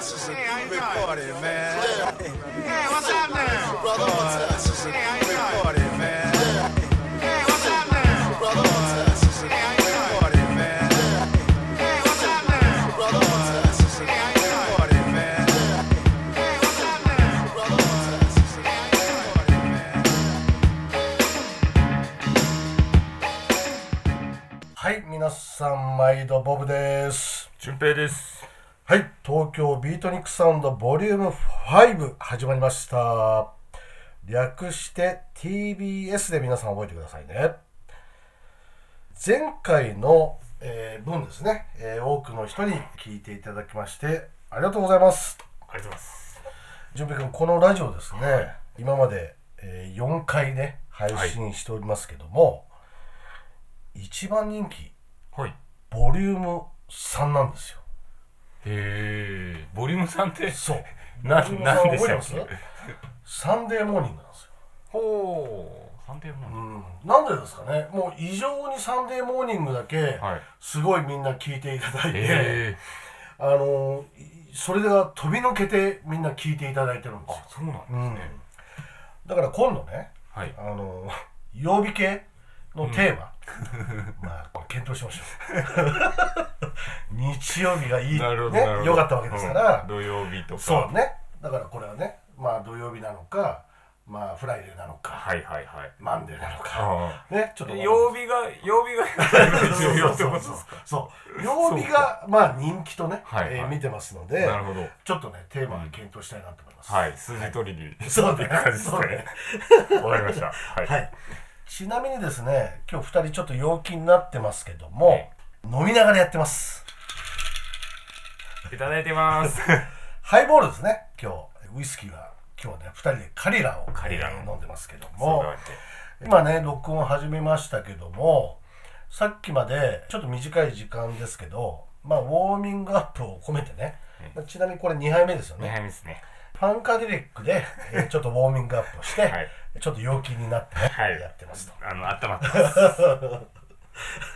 this is a recording, man. Hey, what's happening? Brother, this is a recording, man. Hey, what's happening? Brother, this is a recording, man. Hey, what's happening? Brother, this is a recording, man. Hey, what's happening? Brother, this is a recording, man. はい、皆さん毎度ボブです。 順平です。 はい、東京ビートニックサウンドボリューム5始まりました。略して TBS で皆さん覚えてくださいね。前回の、分ですね、多くの人に聞いていただきましてありがとうございます。 ありがとうございます。 順平君、このラジオですね、今まで、4回ね配信しておりますけども、一番人気はい。 ボリューム3なんですよ。 へえ。ボリューム3ってそう。 なんでしたっ覚えてますけ？ サンデーモーニングなんですよ。 ほう。3点も。 なんでですかね。もう異常にサンデーモーニングだけはい。 すごいみんな聞いていただいて、 へえ。 それが飛び抜けてみんな聞いていただいてるんですよ。 あ、そうなんですね。 だから今度ね、 はい。 曜日系のテーマ、まあ検討しましょう。日曜日がいい、 なるほど、 ね、 なるほど。 良かったわけですから、 土曜日とか。 そうね。だからこれはね、まあ土曜日なのか、まあフライデーなのか、 はいはいはい。 マンデーなのか、 あね、ちょっとあ。曜日が重要ってことですか？ そう曜日がまあ人気とね、 はいはい見てますので、 なるほど。 ちょっとねテーマで検討したいなと思います。 はい。数字取りに。 そうねって感じですそうねね。わかりました。はい。 はい。ちなみにですね、今日2人ちょっと陽気になってますけども、 はい飲みながらやってます。 いただいてます。 ハイボールですね。今日ウイスキーは今日はね2人でカリラをカリラ飲んでますけどそうも、 だって今ね録音始めましたけども、さっきまでちょっと短い時間ですけど、まあウォーミングアップを込めてね、ちなみにこれ2杯目ですよ 2 ね。 杯目ですね。 ファンカディレックで、ちょっとウォーミングアップをして、 はいちょっと陽気になって、ねはい。 やってますと。 温まってます。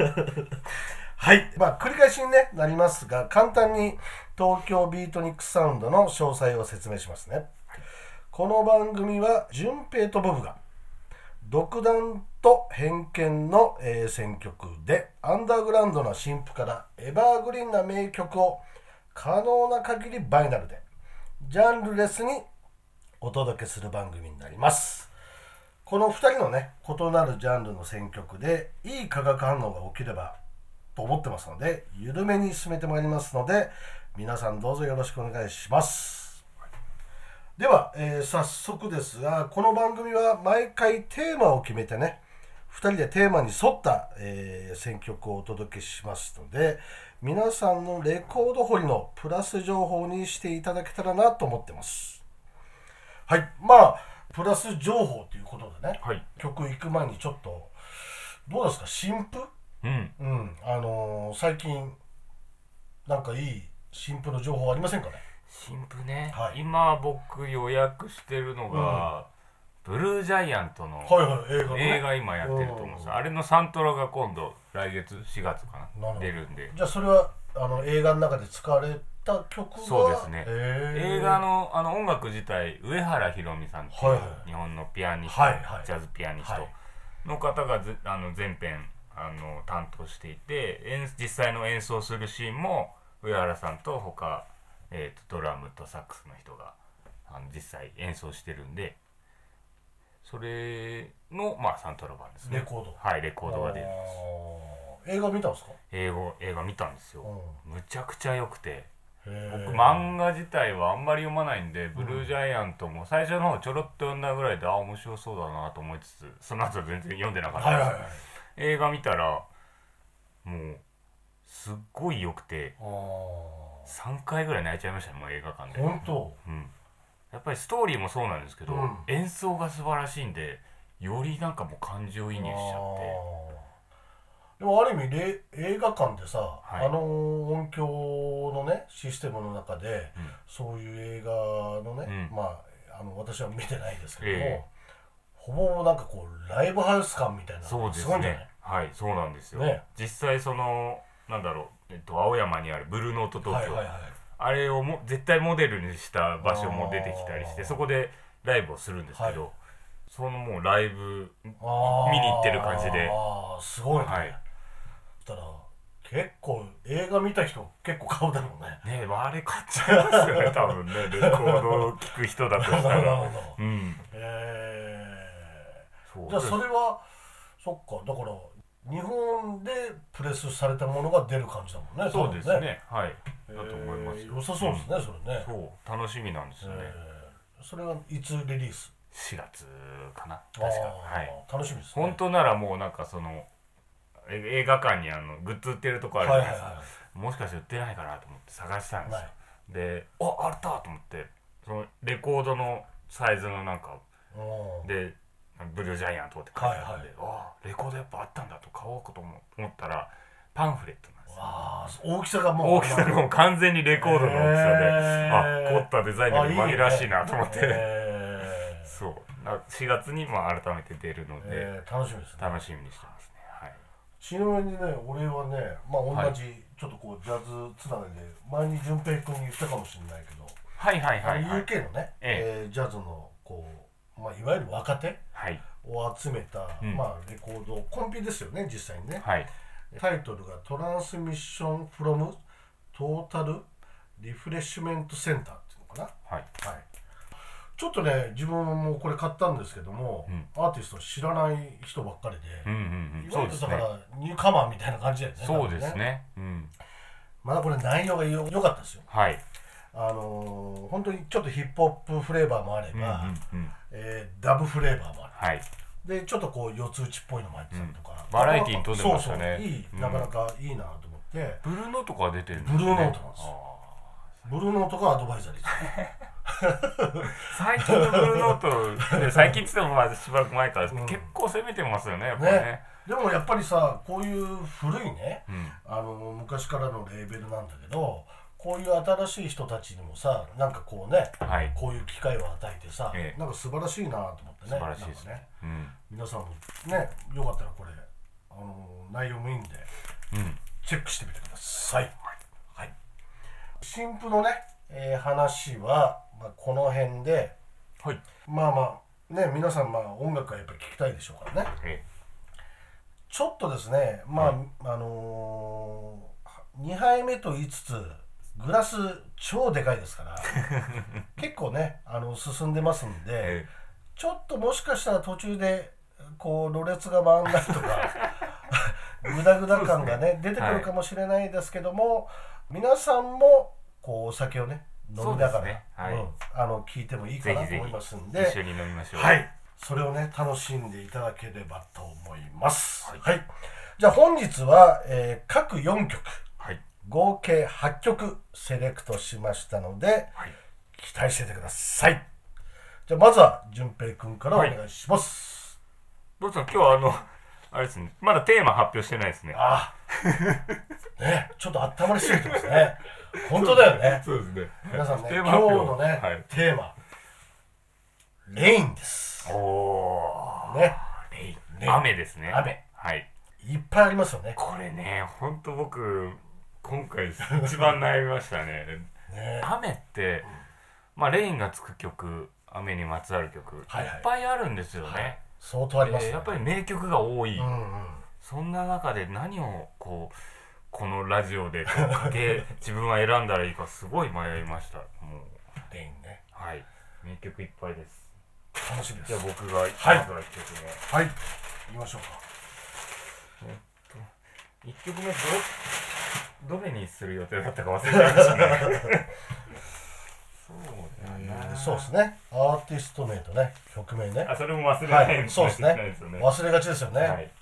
はい、まあ繰り返しに、ね、なりますが、簡単に東京ビートニックサウンドの詳細を説明しますね。この番組は順平とボブが独断と偏見の、選曲でアンダーグラウンドな新譜からエバーグリーンな名曲を可能な限りバイナルでジャンルレスにお届けする番組になります。この2人のね異なるジャンルの選曲でいい化学反応が起きればと思ってますので、緩めに進めてまいりますので、皆さんどうぞよろしくお願いします。では、早速ですが、この番組は毎回テーマを決めてね、2人でテーマに沿った、選曲をお届けしますので、皆さんのレコード掘りのプラス情報にしていただけたらなと思ってます。はい、まあプラス情報ということでね、 はい。 曲行く前にちょっとどうですか、新譜？最近なんかいい新譜の情報ありませんかね？ 新譜ね、 はい、 今僕予約してるのが、ブルージャイアントの映画今やってると思うんですよ。あれのサントラが今度来月4月かな出るんで。 じゃあそれは映画の中で使われた曲が？ そうですね。映画の音楽自体上原ひろみさんっていう日本のピアニスト、ジャズピアニストの方が全編担当していて、実際の演奏するシーンも上原さんと他、ドラムとサックスの人が実際演奏してるんで、それのサントラ版ですね。 レコード。 はい、レコードが出るんです。 映画見たんですか？ 映画見たんですよ。むちゃくちゃ良くて、僕漫画自体はあんまり読まないんで、ブルージャイアントも最初の方ちょろっと読んだぐらいで、面白そうだなと思いつつ、その後は全然読んでなかったです。映画見たらもうすっごい良くて、3回ぐらい泣いちゃいましたね、もう映画館で。 本当？ やっぱりストーリーもそうなんですけど、演奏が素晴らしいんで、よりなんかもう感情移入しちゃって。 でもある意味映画館でさ、音響のねシステムの中で、そういう映画のね、私は見てないですけども、ほぼなんかこうライブハウス感みたいな。 そうですね。はい、そうなんですよ。 ね、 実際そのなんだろう、青山にあるブルーノート東京、 あれを絶対モデルにした場所も出てきたりして、そこでライブをするんですけど、そのもうライブ見に行ってる感じで、 すごいね。 はいだから結構映画見た人結構買うだろうね。 ねえ、あれ買っちゃいますよね多分ね、レコードを聴く人だとしたなるら。 ほど。 うんじゃあそれはそっか、だから日本でプレスされたものが出る感じだもんね。 そうですね、はいだと思いますよ。 良さそうですね、それね。 そう楽しみなんですよね。 それはいつリリース 4月かな確か。はい、 楽しみですね。 本当ならもうなんかその映画館にグッズ売ってるとこあるじゃないですか、もしかして売ってないかなと思って探したんですよ。であったと思って、そのレコードのサイズのなんかでブルージャイアントって書いてあるんで、レコードやっぱあったんだと買おうと思ったらパンフレットなんですよ。 大きさがもう完全にレコードの大きさで、凝ったデザインで紛らわしいなと思ってそう4月に改めて出るので、 楽しみですね。 楽しみにしてますね。はい、 ちなみにね、俺はね、同じちょっとこうジャズつながりで前に順平君に言ったかもしれないけど、UK のね、ジャズのこう、いわゆる若手を集めた、レコードコンピですよね、実際にね。タイトルがトランスミッションフロムトータルリフレッシュメントセンターっていうのかな。ちょっとね、自分もこれ買ったんですけども、アーティスト知らない人ばっかりで、いわゆるだからニューカマーみたいな感じだよね。 そうですね。 まだこれ内容が良かったですよ。本当にちょっとヒップホップフレーバーもあれば、ダブフレーバーもある。でちょっとこう四つ打ちっぽいのも入ってたりとか、 バラエティーに富んでましたね。 なかなかいいなと思って。 ブルーノートが出てるんですね。ブルーノートなんですよ。ブルーノートがアドバイザリー最近のブルーノートで、最近って言ってもしばらく前から結構攻めてますよね、やっぱりね。 でもやっぱりさ、こういう古いね、昔からのレーベルなんだけど、こういう新しい人たちにもさ、なんかこうね、こういう機会を与えてさ、なんか素晴らしいなと思ってね。 素晴らしいですね。 皆さんもね、よかったらこれ内容もいいんで、チェックしてみてください。新譜のね、話は、この辺で、皆さん音楽はやっぱり聴きたいでしょうからね。ちょっとですね、2杯目と言いつつグラス超でかいですから結構ね進んでますんで、ちょっともしかしたら途中でこうろれつが回んないとかグダグダ感がね出てくるかもしれないですけども、皆さんもこうお酒をね飲みながら聞いてもいいかなと思いますんで、 一緒に飲みましょう。 それをね楽しんでいただければと思います。じゃあ本日は、各4曲、合計8曲セレクトしましたので、期待しててください。じゃあまずは順平くんからお願いします。 どうぞ。今日はあれですね、まだテーマ発表してないですね。 ね、ちょっと温まりすぎてますね。本当だよね。 そうですね。 皆さんね、今日のね、テーマレインです。ね、 レイン、雨ですね。 雨、いっぱいありますよね。 これね、本当僕今回一番悩みましたね。雨ってレインがつく曲、雨にまつわる曲、いっぱいあるんですよね。 相当ありますね。 やっぱり名曲が多い。そんな中で何をこのラジオで自分は選んだらいいかすごい迷いました。もうレインね。 名曲いっぱいです。 楽しみです。 じゃあ僕がまずは1曲目。 行きましょうか。 1曲目どれにする予定だったか忘れちゃいましたね。 そうですね。アーティスト名とね、曲名ね。 それも忘れない。 そうですね。忘れがちですよね。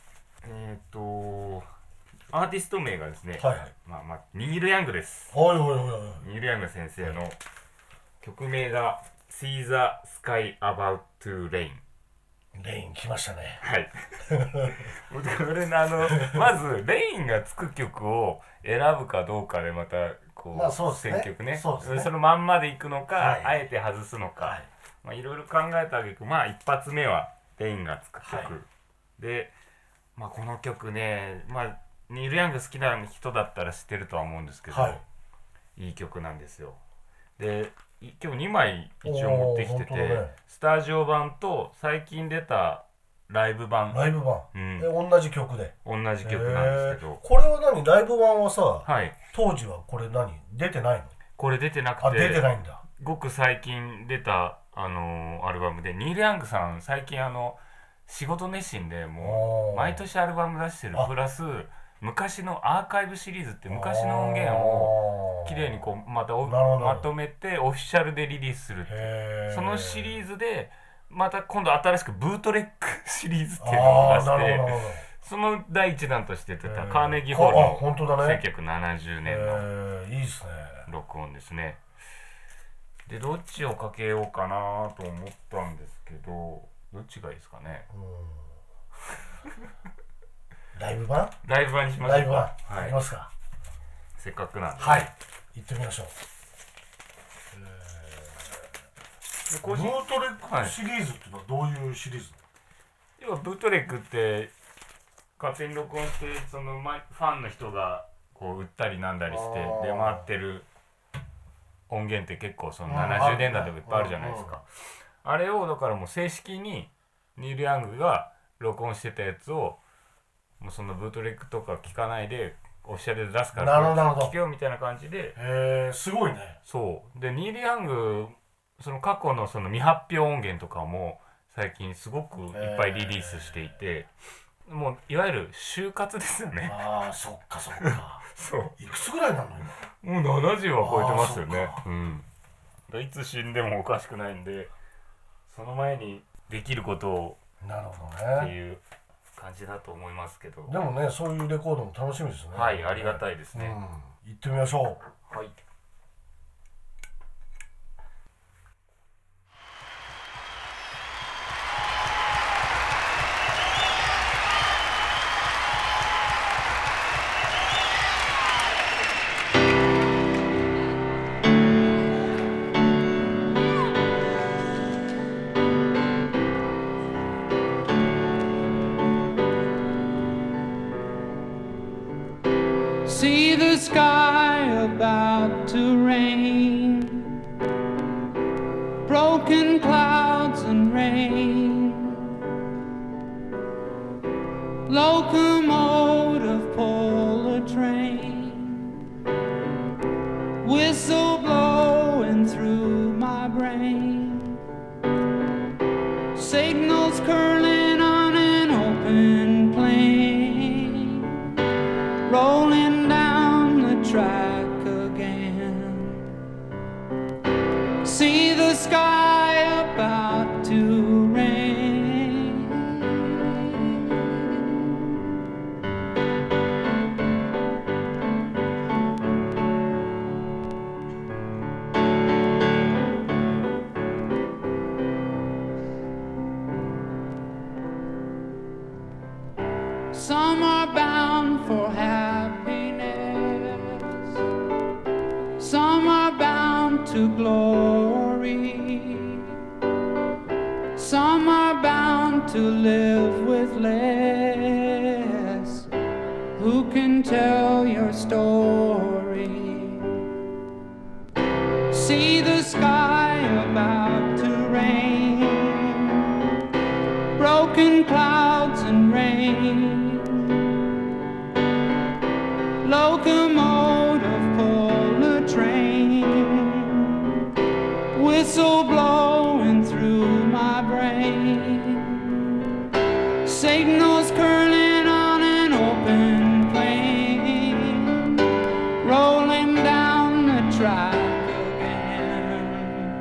アーティスト名がですね、ニール・ヤングです。ニール・ヤング先生の曲名が See the Sky About to Rain。 レイン来ましたね。 これまずレインがつく曲を選ぶかどうかでまた選曲ね、そのまんまでいくのか、あえて外すのか、いろいろ考えた挙句、一発目はレインがつく曲で、この曲ね、ニール・ヤング好きな人だったら知ってるとは思うんですけど、 いい曲なんですよ。で今日2枚一応持ってきてて、 ね、 スタジオ版と最近出たライブ版、 同じ曲で同じ曲なんですけど、 これは何、ライブ版はさ、 はい、 当時はこれ出てないの？ これ出てなくて、 出てないんだ。 ごく最近出た、アルバムで、ニール・ヤングさん最近仕事熱心でもう毎年アルバム出してる、プラス昔のアーカイブシリーズって昔の音源をきれいにこうまとめてオフィシャルでリリースするっていう、そのシリーズでまた今度新しくブートレックシリーズっていうのを出して、その第一弾として出たカーネギーホールの1970年のいいですね、 録音ですね。でどっちをかけようかなと思ったんですけど、どっちがいいですかね。 ライブ版にしましょうか。ライブ版、 いきますか。 せっかくなんで、 はい、行ってみましょう。ブートレックシリーズっていうのはどういうシリーズ？ 要はブートレックって勝手に録音して、そのファンの人がこう売ったりなんだりして出回ってる音源って結構その70年代でもいっぱいあるじゃないですか。あれをだからもう正式にニール・ヤングが録音してたやつをもうそのブートレックとか聞かないでオフィシャルで出すから聞けよみたいな感じで。 すごいね。 そうで、ニール・ヤングその過去のその未発表音源とかも最近すごくいっぱいリリースしていて、もういわゆる就活ですよね。 そっかそういくつぐらいなの今？もう70は超えてますよね。いつ死んでもおかしくないんで、その前にできることをっていう感じだと思いますけど。 でもね、そういうレコードも楽しみですね。 はい、ありがたいですね。 行ってみましょう。 はい。 See the sky about to rain, broken clouds and rain, locomotive pull a train, whistle blowing through my brain, signals curling on an open plain, rolling down the track again. See the sky about to rain. Some are bound for happiness, some are bound to glory, some are bound to live with less. Who can tell your story? See the sky about to rain, broken clouds and rain, locomotive pull a train, whistle blowing through my brain, signals curling on an open plain, rolling down the track again.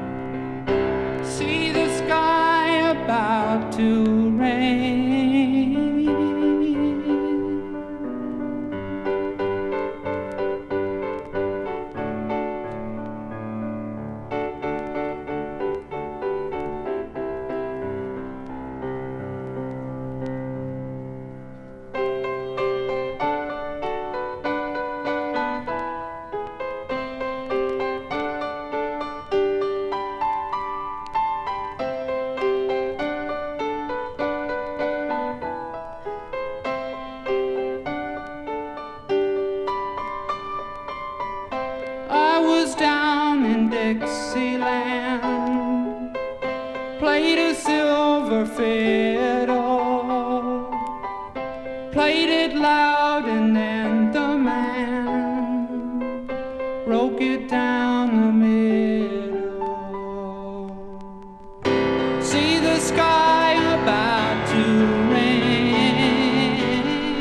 See the sky about to rain. was down in Dixieland, played a silver fiddle, played it loud, and then the man broke it down the middle. See the sky about to rain.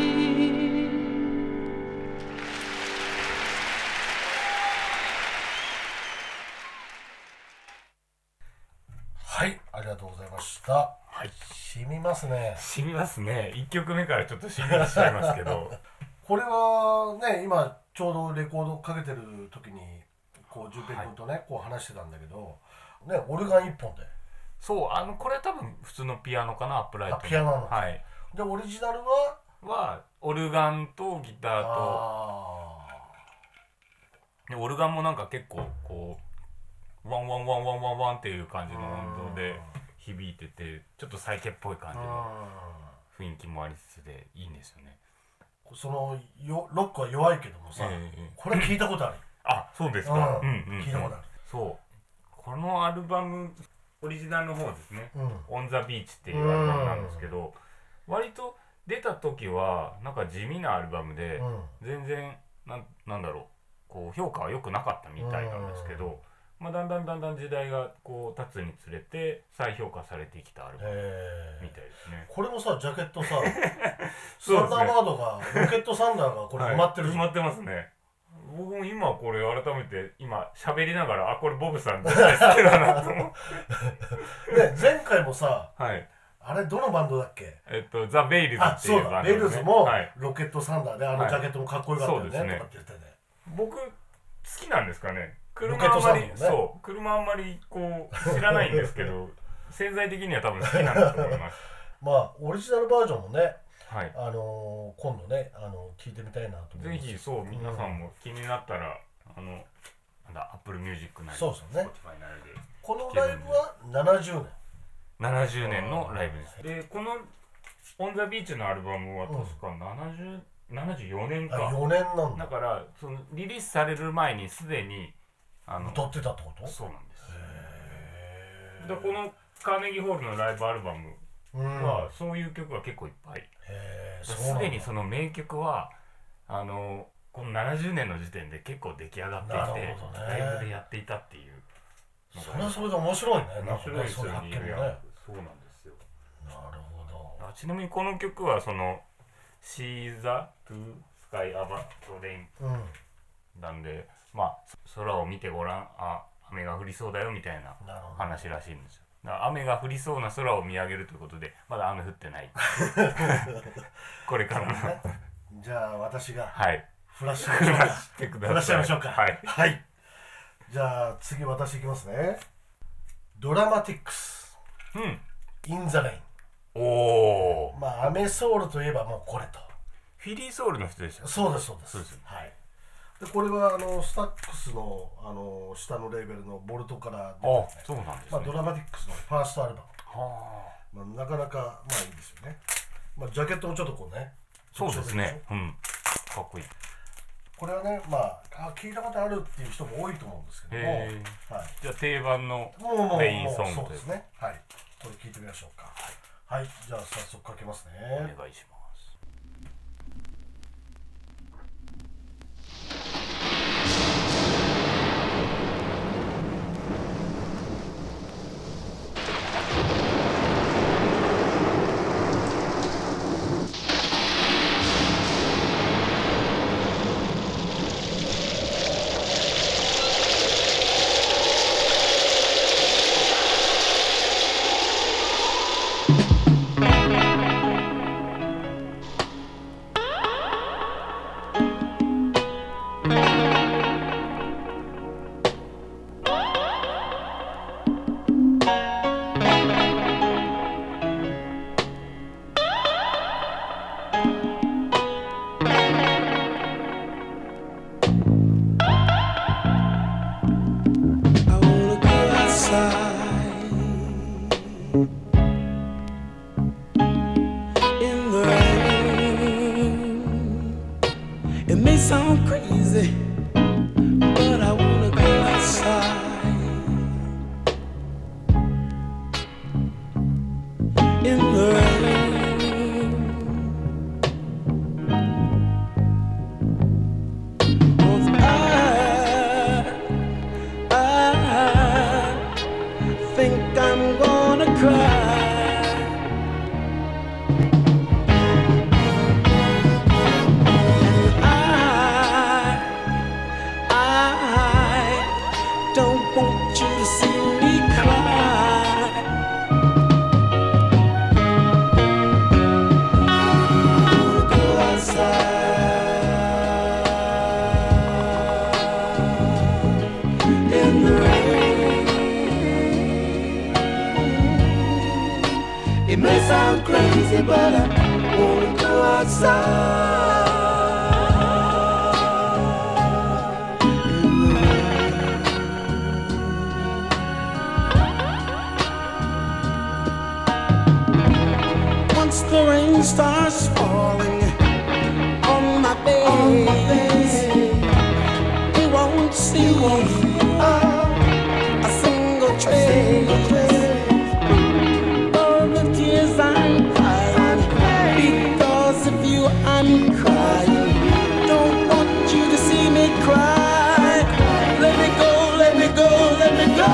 はい、ありがとうございました。 はい、 染みますね。 染みますね。1曲目からちょっと染みしちゃいますけどこれはね、今ちょうどレコードかけてる時にこう順平君とね、こう話してたんだけどね、オルガン一本で。 そう、これは多分普通のピアノかな、アップライトの。 ピアノなの。 はい。 でオリジナルはオルガンとギターと、でオルガンもなんか結構こうワンワンワンワンワンワンっていう感じの音で響いてて、ちょっとサイケっぽい感じの雰囲気もありつつでいいんですよね。 そのロックは弱いけどもさ、これ聞いたことある。 あ、そうですか。 聞いたことある。 そう、このアルバムオリジナルの方ですね、オンザビーチっていうアルバムなんですけど、割と出た時はなんか地味なアルバムで、全然なんだろう、こう評価は良くなかったみたいなんですけど、まあ、だんだん時代がこう経つにつれて再評価されてきたアルバムみたいですね。 これもさ、ジャケットさサンダーバードが、ロケットサンダーがこれ埋まってる、 埋まってますね。僕も今これ改めて今喋りながら、あ、これボブさん絶対好きだなと思ってね、前回もさ、 はい、 あれどのバンドだっけ？ ザ・ベイルズっていうバンド、ね、 ベイルズも、 はい、 ロケットサンダーでジャケットもかっこよかったよね、とかって言ってね。 僕好きなんですかね。車あんまり、ね、そう車あんまりこう知らないんですけど潜在的には多分好きなんだと思いますまあオリジナルバージョンもね、 はい、 今度ね聞いてみたいなと思います。 ぜひそう、皆さんも気になったらなんだ、Apple Music なり、 そうですね、 Spotify なりで。 このライブは 70年のライブです。でこのオンザビーチのアルバムは確か74年か。 4年なんだ。 だからそのリリースされる前にすでに歌ってたってこと？ そうなんです。でこのカーネギーホールのライブアルバムは、そういう曲が結構いっぱい。すでにその名曲はこの70年の時点で結構出来上がっていて、ライブでやっていたっていう。 それはそれで面白いね。 面白いですよね。そうなんですよ。 なるほど。 ちなみにこの曲はそのシーザートゥスカイアバトレインなんで、まあ空を見てごらん、雨が降りそうだよみたいな話らしいんですよ。だから雨が降りそうな空を見上げるということで、まだ雨降ってないこれからのじゃあ私がフラッシュしてください。 フラッシュしましょうか。 はい、 はい、じゃあ次私いきますね。ドラマティックス、インザレイン。 おお。 まあアメソウルといえばもうこれと。 フィリーソウルの人でした。 そうですそうです。はい。でこれはスタックスの下のレーベルのボルトから出て、 そうなんですね。 まあ、ドラマティックスのファーストアルバム。まあ、なかなかまあいいですよね。まあジャケットもちょっとこうね。 そうですね。かっこいい。 これはね、まあ聞いたことあるっていう人も多いと思うんですけども、はい、 じゃあ定番のメインソングそうですね。はい。これ聞いてみましょうか。はい。じゃあ早速かけますね。 お願いします。 It may sound crazy, but I wanna go outside. Once the rain starts falling on my face, you won't see a single trace of the tears I'm crying. Because of you I'm crying. Don't want you to see me cry. Let me go, let me go, let me go.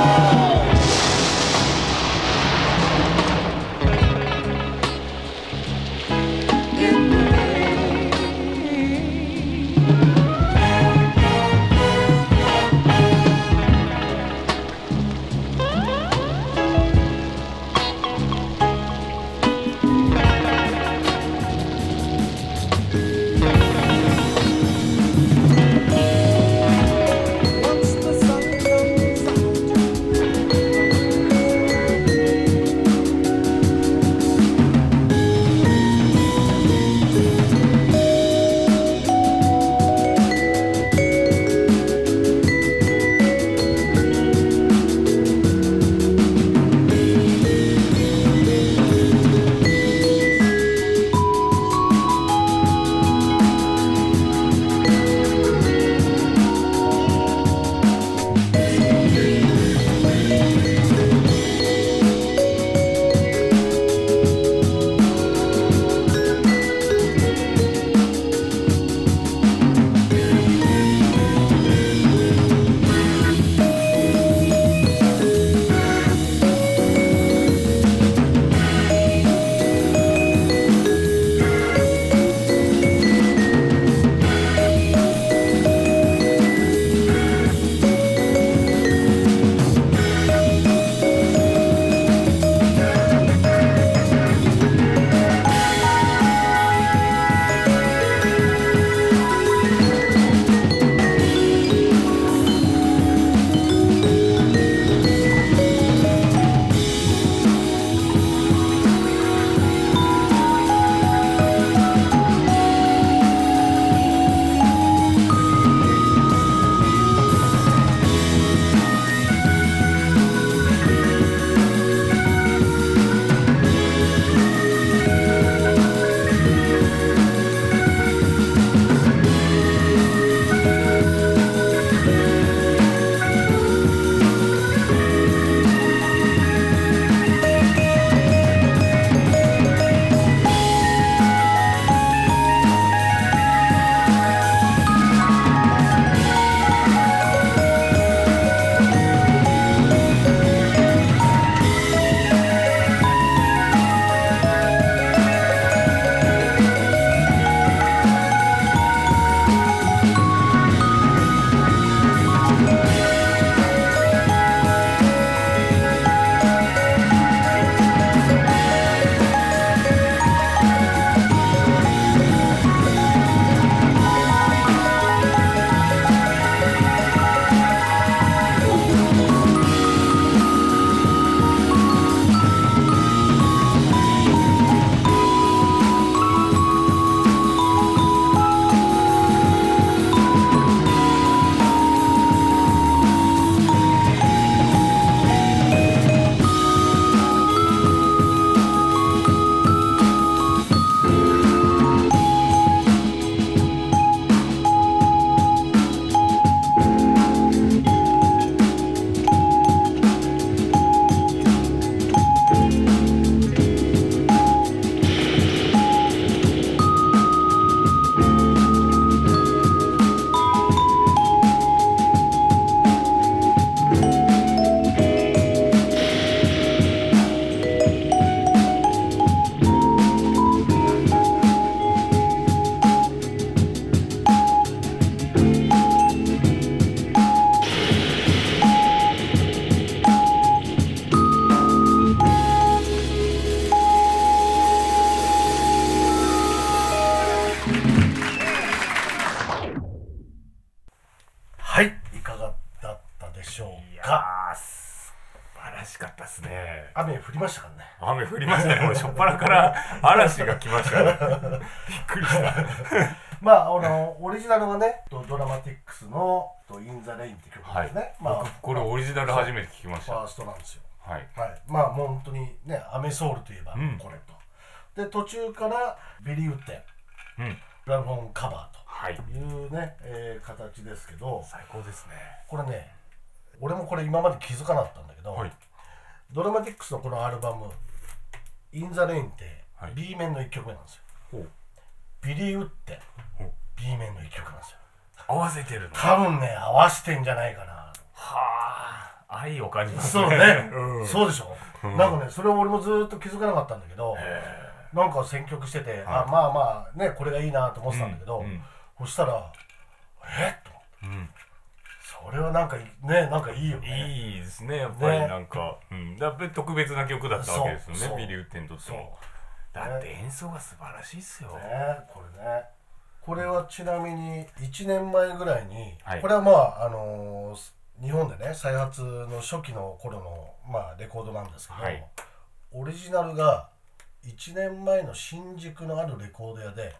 はい、いかがだったでしょうか。 素晴晴らしかったですね。 雨降りましたからね。 雨降りましたね。もう初っ端から嵐が来ましたね。びっくりした。 まあオリジナルがねドラマティックスのインザレインって曲ですね。まあ僕これオリジナル初めて聞きました。 ファーストなんですよ。 はい。 まあもう本当にねアメソウルといえばこれと。で途中からビリー・ウッデン、プラトフォンカバーというね、形ですけど、 最高ですね。 これね俺もこれ今まで気づかなかったんだけど、ドラマティックスのこのアルバムインザレインって B 面の1曲目なんですよ。ビリー・ウッデン B 面の1曲なんですよ。 合わせてるの多分ね合わせてんじゃないかな。 はあ、愛を感じますね。 そうね、そうでしょ、なんかねそれを俺もずっと気づかなかったんだけど、なんか選曲してて、まあまあねこれがいいなと思ってたんだけど、そしたらと思って、それはなんかねなんかいいよね。 いいですねやっぱりなんか、やっぱり特別な曲だったわけですよね、ビリー・ウッデンにとっても。だって演奏が素晴らしいっすよね。 これはちなみに1年前ぐらいに、これはまあ日本でね再発の初期の頃のまあレコードなんですけど、オリジナルが1年前の新宿のあるレコード屋で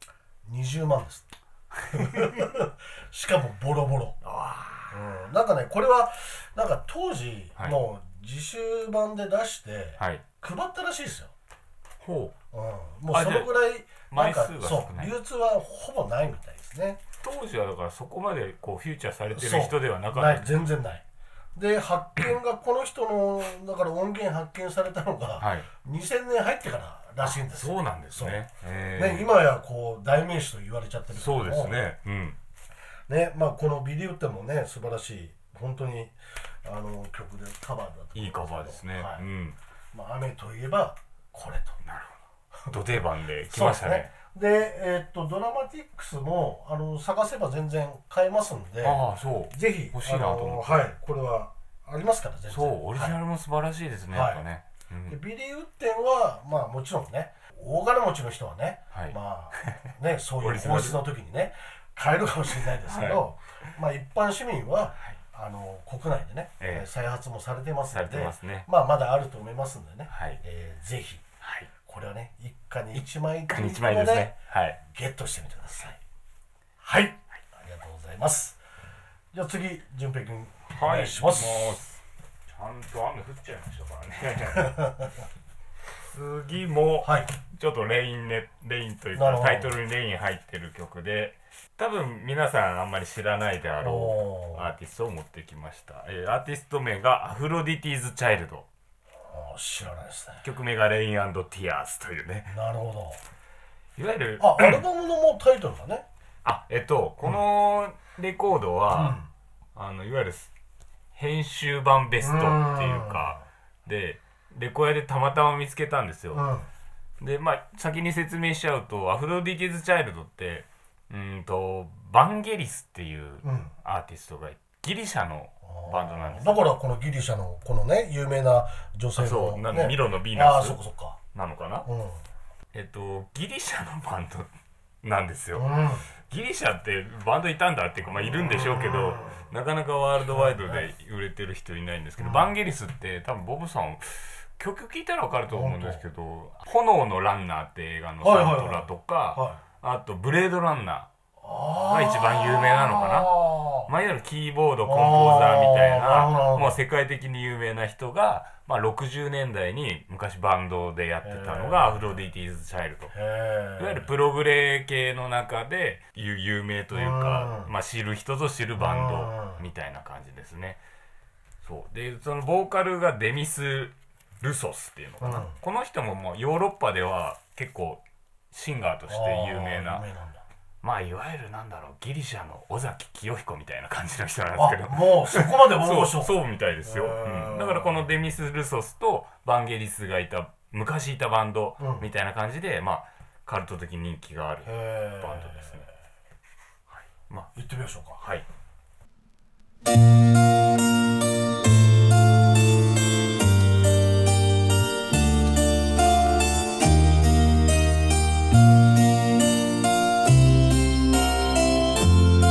20万ですしかもボロボロ。なんかねこれはなんか当時もう自主版で出して配ったらしいですよ。もうそのぐらいなんかそう流通はほぼないみたいですね。 当時はだからそこまでこうフューチャーされてる人ではなかった。 ない、全然ない。で発見がこの人のだから音源発見されたのが2000年入ってかららしいんですよ。 そうなんですね。 今やこう代名詞と言われちゃってるけども、 そうですね。 まあこのビリー・ウッデンもね素晴らしい本当に曲でカバーだと。 いいカバーですね。 まあ雨といえばこれと。 なるほど。ド定番で来ましたね。 でドラマティックスも探せば全然買えますんで、ぜひ欲しいなと思って。 これはありますから全然。 そうオリジナルも素晴らしいですね。やっぱね。 でビリー・ウッデンはまあもちろんね大金持ちの人はね、まあねそういう放出の時にね買えるかもしれないですけど、まあ一般市民は国内でね再発もされてますので、まあまだあると思いますんでね、ぜひこれはね一家に1枚ということでゲットしてみてください。はい、ありがとうございます。じゃあ次順平君お願いします。 ちゃんと雨降っちゃいましたからね次もちょっとレインというかタイトルにレイン入ってる曲で多分皆さんあんまり知らないであろうアーティストを持ってきました。アーティスト名がアフロディティーズ・チャイルド。 知らないですね。 曲名がレイン&ティアーズというね。 なるほど。 いわゆるアルバムのもうタイトルがねこのレコードは、いわゆる編集版ベストっていうかでレコヤでたまたま見つけたんですよ。でまあ先に説明しちゃうとアフロディティーズ・チャイルドってバンゲリスっていうアーティストがギリシャのバンドなんです。 だからこのギリシャのこのね有名な女性の、ね、 ミロのヴィーナスなのかな。ギリシャのバンドなんですよ。ギリシャってバンドいたんだっていうか、まあ、いるんでしょうけどなかなかワールドワイドで売れてる人いないんですけど、バンゲリスって多分ボブさん曲聴いたら分かると思うんですけど「炎のランナー」って映画のサントラとか、あと「ブレードランナー」が一番有名なのかな。まあ、いわゆるキーボードコンポーザーみたいなもう世界的に有名な人が、まあ、60年代に昔バンドでやってたのがアフロディティーズ・チャイルド。いわゆるプログレ系の中で有名というか、まあ、知る人ぞ知るバンドみたいな感じですね。そうでそのボーカルがデミス・ルソスっていうのかな。この人ももうヨーロッパでは結構シンガーとして有名なまあいわゆるなんだろうギリシャの尾崎清彦みたいな感じの人なんですけど、 もうそこまで大御所そうみたいですよ。だからこのデミス・ルソスとバンゲリスがいた昔いたバンドみたいな感じで、まあカルト的人気があるバンドですね。 まあ行ってみましょうか。 はい。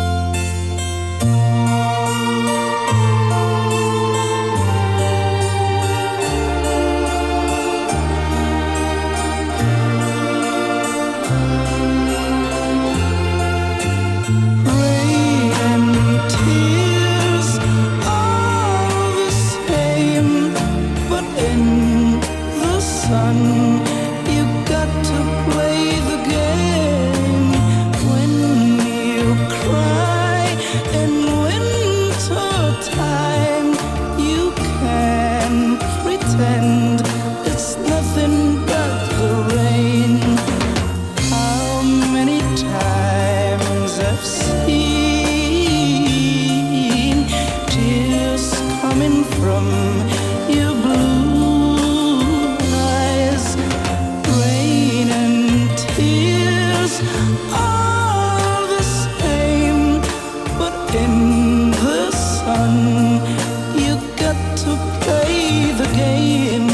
「 You got to play the game.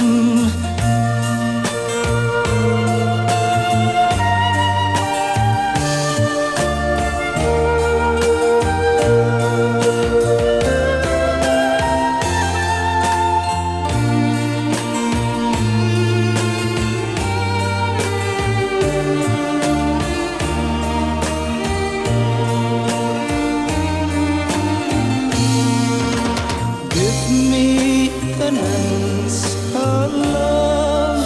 Give me an answer, love.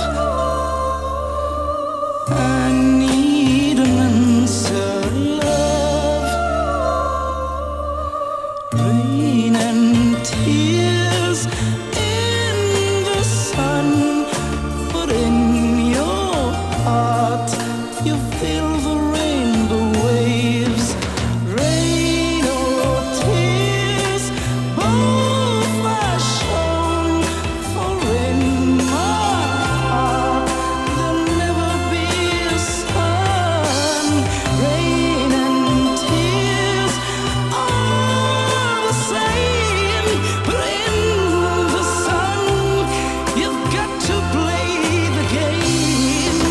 I need an answer, love. Rain and tears in the sun, but in your heart you feel the rainbow waves. Rain or tears, both are shown, for in my heart there'll never be a sun. Rain and tears are the same, but in the sun you've got to play the game.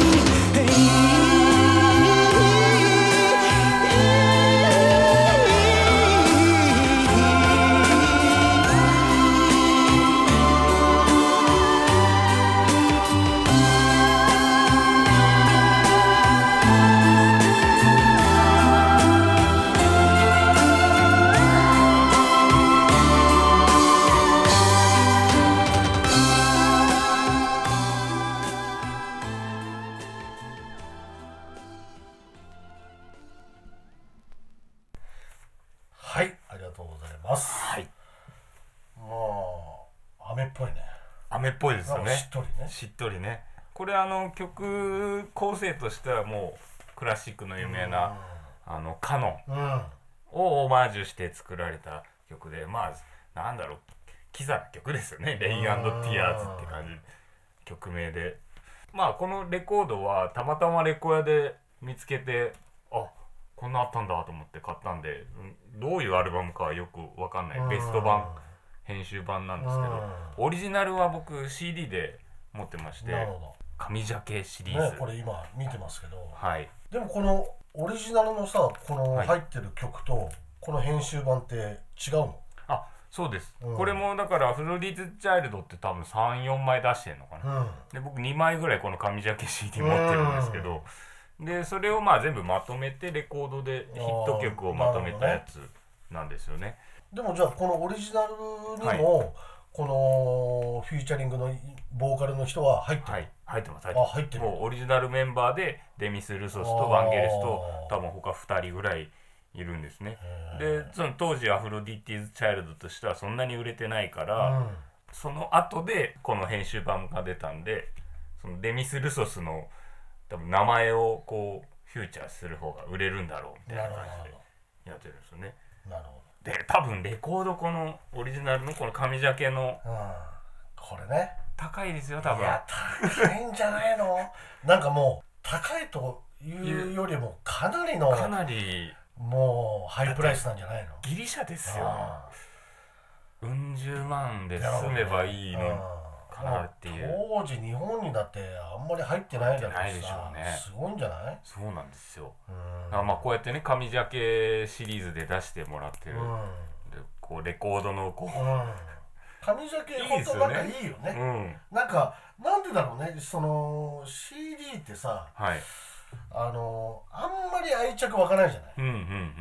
はい、ありがとうございます。 はい、 もう雨っぽいね。 雨っぽいですよね。 しっとりね。 しっとりね。これ曲構成としてはもうクラシックの有名なカノンうんをオマージュして作られた曲で、まあなんだろう、キザな曲ですよね。レイン&ティアーズって感じ曲名で、まあこのレコードはたまたまレコヤで見つけて、あ、こんなあったんだと思って買ったんで、どういうアルバムかはよくわかんないベスト版編集版なんですけど、オリジナルは僕 CD で持ってまして、 なるほ上鮭シリど。 ーズ、 ね、これ今見てますけど、 はい、 でもこのオリジナルのさ、このはい入ってる曲とこの編集版って違うの？ あ、そうです、 うんこれもだからアフロディーズ・チャイルドって多分 3,4 枚出してんのかな、で僕2枚ぐらいこの上鮭 CD 持ってるんですけど、でそれをまあ全部まとめてレコードでヒット曲をまとめたやつなんですよね。 でもじゃあこのオリジナルにも、このフューチャリングのボーカルの人は入ってる？ はい、入ってます。 あ、入ってる。 もうオリジナルメンバーでデミス・ルソスとバンゲレスと多分他2人ぐらいいるんですね。でその当時アフロディティーズ・チャイルドとしてはそんなに売れてないから、その後でこの編集版が出たんで、そのデミス・ルソスの多分名前をこうフューチャーする方が売れるんだろうみたいな感じでやってるんですよね。 なるほど。 で多分レコード、このオリジナルのこの上鮭のこれね、 高いですよ多分。 いや高いんじゃないの？なんかもう高いというよりもかなりのかなりもうハイプライスなんじゃないの？ ギリシャですよ。うん十万で済めばいいのかなっていう。 当時日本にだってあんまり入ってないだろう入ってないでしょうね。 すごいんじゃない？ そうなんですよ。まあこうやってね、上鮭シリーズで出してもらってる、でこうレコードのこう、 上鮭本当なんかいいよね。なんかなんでだろうね、その CD ってさ、 はい、 あんまり愛着湧かないじゃない。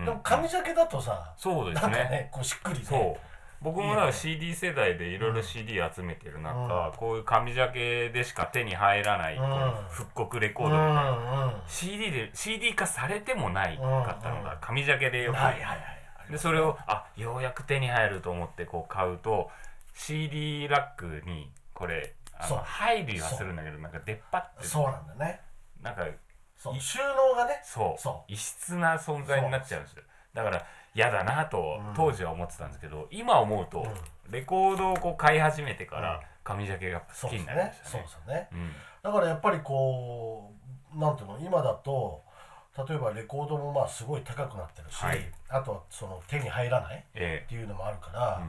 でも上鮭だとさ、 そうですね、 なんかね、こうしっくりね。 そう、僕もだから CD 世代でいろいろ CD 集めてる中、こういう上鮭でしか手に入らない、この復刻レコードみたいな、CD 化されてもないかったのが上鮭でよく、でそれをようやく手に入ると思ってこう買うと CD ラックにこれ入るはするんだけど、なんか出っ張って、 そうなんだね。 なんか収納がね、 異質な存在になっちゃうんですよ。だから嫌だなと当時は思ってたんですけど、今思うとレコードをこう買い始めてから上鮭が好きになりましたね。 そうですよね。だからやっぱりこうなんていうの、今だと例えばレコードもまあすごい高くなってるし、あとはその手に入らないっていうのもあるから、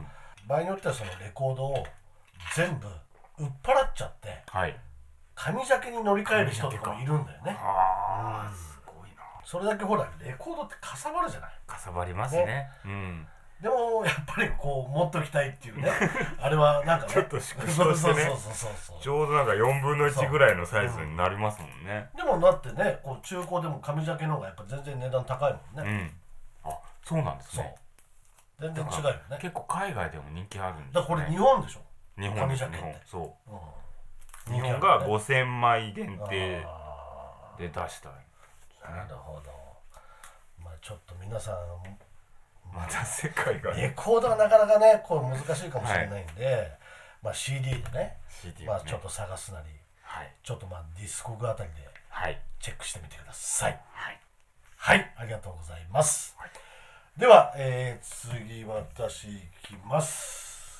場合によってはそのレコードを全部売っ払っちゃってはい紙ジャケに乗り換える人とかもいるんだよね。 ああすごいな。 それだけほらレコードってかさばるじゃない。 かさばりますね。うんでもやっぱりこう持っときたいっていうねあれはなんかねちょっと縮小してねちょうどなんか4分の1ぐらいのサイズになりますもんね。 でもだってねこう中古でも紙ジャケの方がやっぱ全然値段高いもんね。 あそうなんですそうね。 全然違うよね。 結構海外でも人気あるんですね。 だからこれ日本でしょ。 日本紙ジャケって日本そううん日本が5000枚限定で出したい。 なるほど。まあちょっと皆さんまた世界がレコードはなかなかねこう難しいかもしれないんで、まあ CD でね CD まあちょっと探すなりはいちょっとまあディスコグあたりではいチェックしてみてください。 はいはい、ありがとうございます。 はいでは、次私いきます。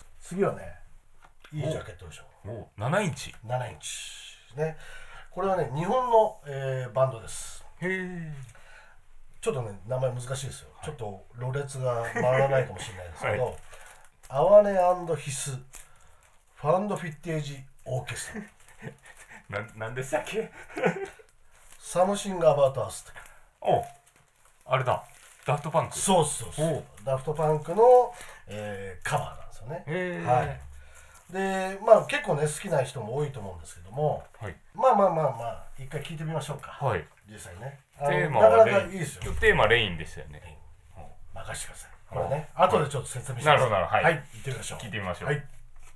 次はねいいジャケットでしょ。 お7インチ 7インチね。これはね日本の、バンドです。 へえちょっとね名前難しいですよ、ちょっとろれつが回らないかもしれないですけど、アワネ&ヒスファンドフィッテージオーケストラなんでしたっけサムシングアバウトアスっておあれだダフトパンクそうそうそうおダフトパンクの、カバーなんですよね。 へえはいでまあ結構ね好きな人も多いと思うんですけども、 はいまあ一回聞いてみましょうか。 はい実際ねテーマなかなかはレインいいですよ。 テーマレインでしたよね。 任せてください。これね後でちょっと説明します。 なるほどなるほどはい行ってみましょう。 聞いてみましょうはい。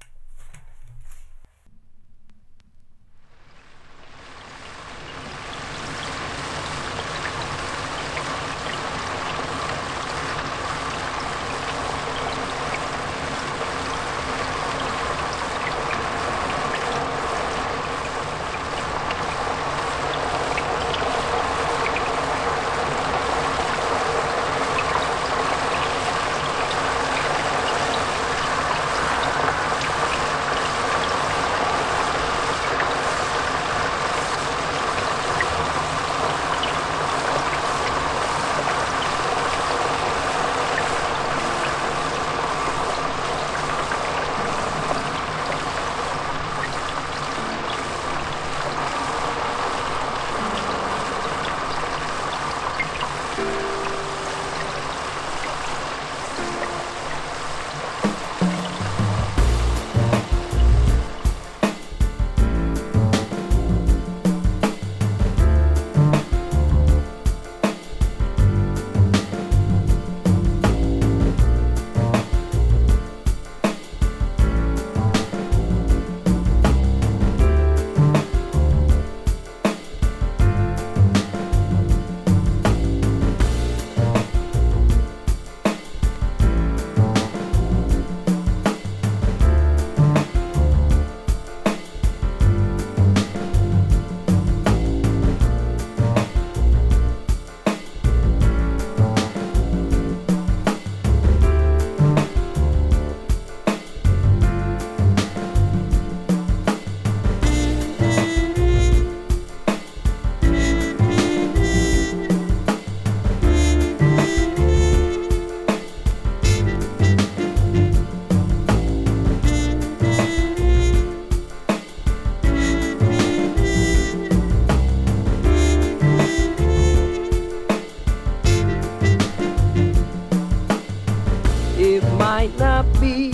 might not be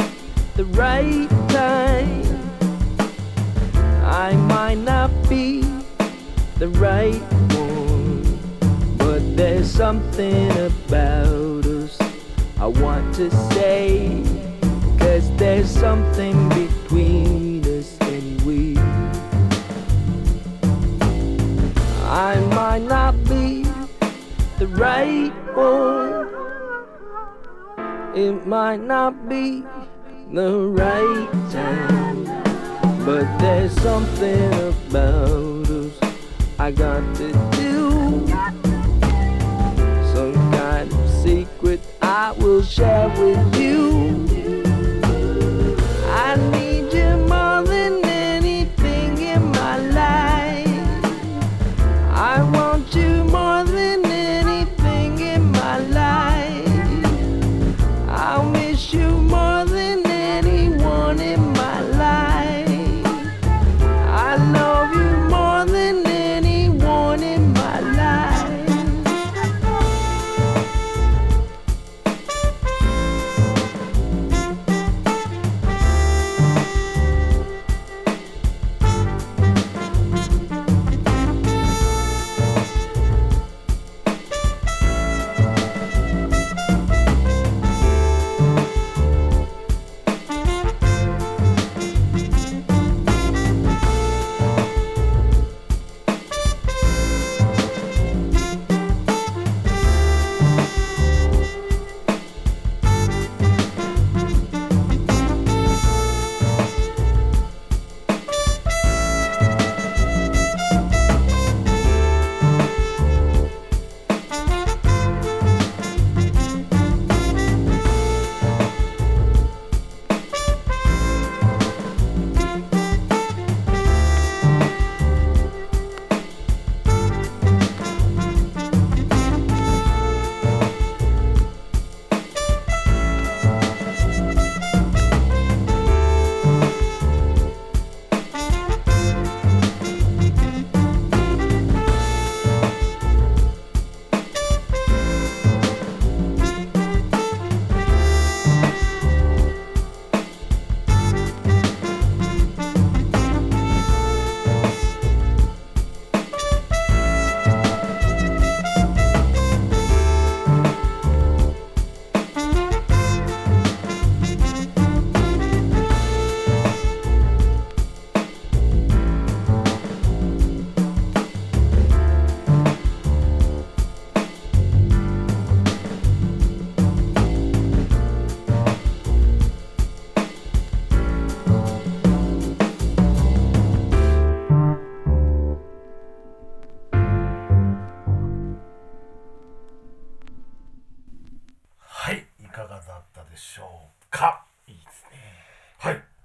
the right time. I might not be the right one, but there's something about us I want to say, 'cause there's something between us anyway. I might not be the right one, it might not be the right time, but there's something about us I got to do. Some kind of secret I will share with you. I need you more than anything in my life. I want you more than anything in my life. I'll miss you more than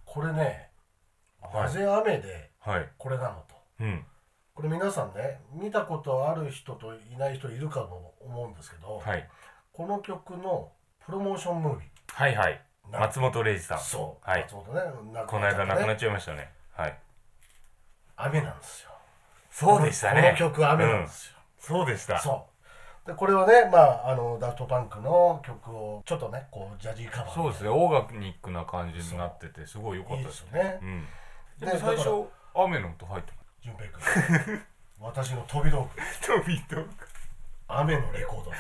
これね、 はいなぜ雨ではい。 これなのと。 うん。 これ皆さんね、見たことある人といない人いるかと思うんですけど、 はい。 この曲のプロモーションムービはいはい。 ー。 松本零士さん。 そう。 はい。 松本ね、 この間亡くなっっちゃいましたね。はい。 雨なんですよ。 そうでしたね。 この曲雨なんですよ。 そうでした。 そう。でこれをね、まあダフトパンクの曲をちょっとね、こうジャジーカバーそうですね。オーガニックな感じになってて、すごい良かったですね。 いいですよね。 うん。ででも最初雨の音入って順平君、私の飛び道具、 ます。飛びと雨のレコードです。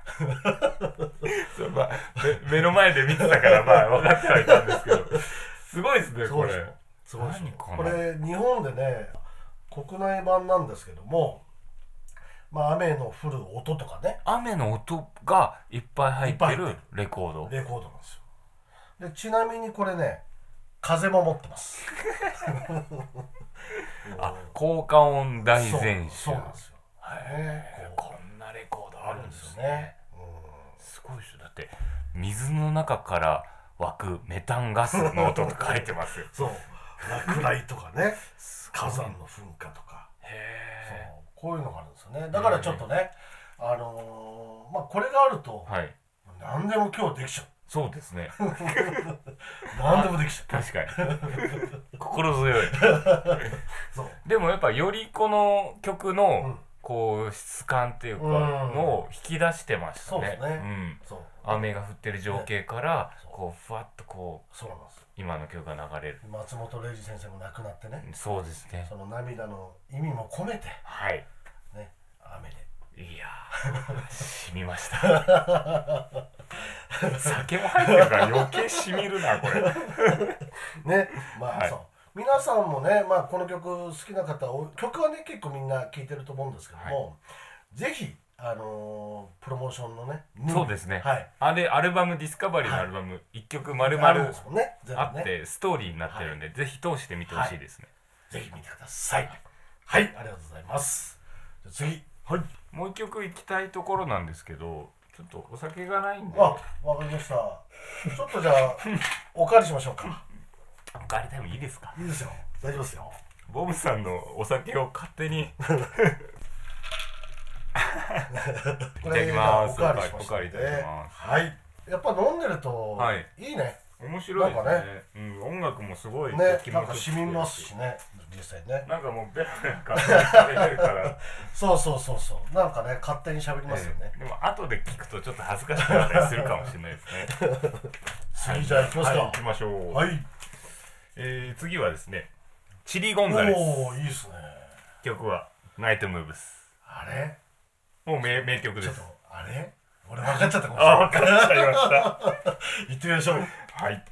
そう、まあ、目の前で見てたからまあ分かってはいたんですけど、すごいですねこれ。 すごいでしょ。 何かなこれ日本でね、国内版なんですけども、まあ雨の降る音とかね、 雨の音がいっぱい入ってるいっぱい入ってレコード。 レコードなんですよ。でちなみにこれね、風も持ってます。 あ、効果音大全集。 そうなんですよ。 こんなレコードあるんですね。 ね。 すごいでしょ。だって水の中から湧くメタンガスの音とか入ってますよ。 そう。落雷とかね、火山の噴火とか、そうへこういうのがあるんですよね。だからちょっとね、まあこれがあるとえ。はい。 何でも今日できちゃう。 そうですね。 何でもできちゃう。 確かに。心強い。 そう。 でもやっぱよりこの曲の、 うんこう質感っていうかうんのを引き出してましたね。 そうですねん。 そう。 雨が降ってる情景からそうこうふわっとこうそうなんですよ。 今の曲が流れる。 松本零士先生も亡くなってね、 そうですね。 その涙の意味も込めてはい。 ね、雨で。 いやー、染みました。酒も入ってるから余計染みるなこれ。 ね、まあ、 はいそう。皆さんもね、まあこの曲好きな方、曲はね結構みんな聴いてると思うんですけども、ぜひプロモーションのね、 そうですね。 はい。 あれアルバムディスカバリーのアルバム一曲丸あるん 々 ですもんね、全部ね。 あってストーリーになってるんで、ぜひ通してみてほしいですね。 ぜひ見てください。はい、ありがとうございます。じゃあ次。はい。 もう一曲行きたいところなんですけど、ちょっとお酒がないんで。 あ、わかりました。ちょっとじゃあお借りしましょうか。 おかわりタイムいいですか？ いいですよ。大丈夫ですよ。 ボブさんのお酒を勝手にいただきます。 おかわりしましたおかわりいただきます。 はい。やっぱ飲んでるとはいいいね。 面白いですね。 なんか音楽もすごいね、 気持ちなんか染みますしね、実際ね。 なんかもうベラベラ勝手に喋れるからそう。なんかね、勝手に喋りますよね。 でも後で聞くとちょっと恥ずかしかったりするかもしれないですね。 次じゃあ行きますか。 はい、行きましょう。 はい。 次はですね、チリゴンザレス。 おー、いいですね。 曲はナイトムーブス。 あれもう名曲です。 ちょっと、あれ俺分かっちゃったかもしれない。 分かっちゃいました。 行ってみましょう。 はい。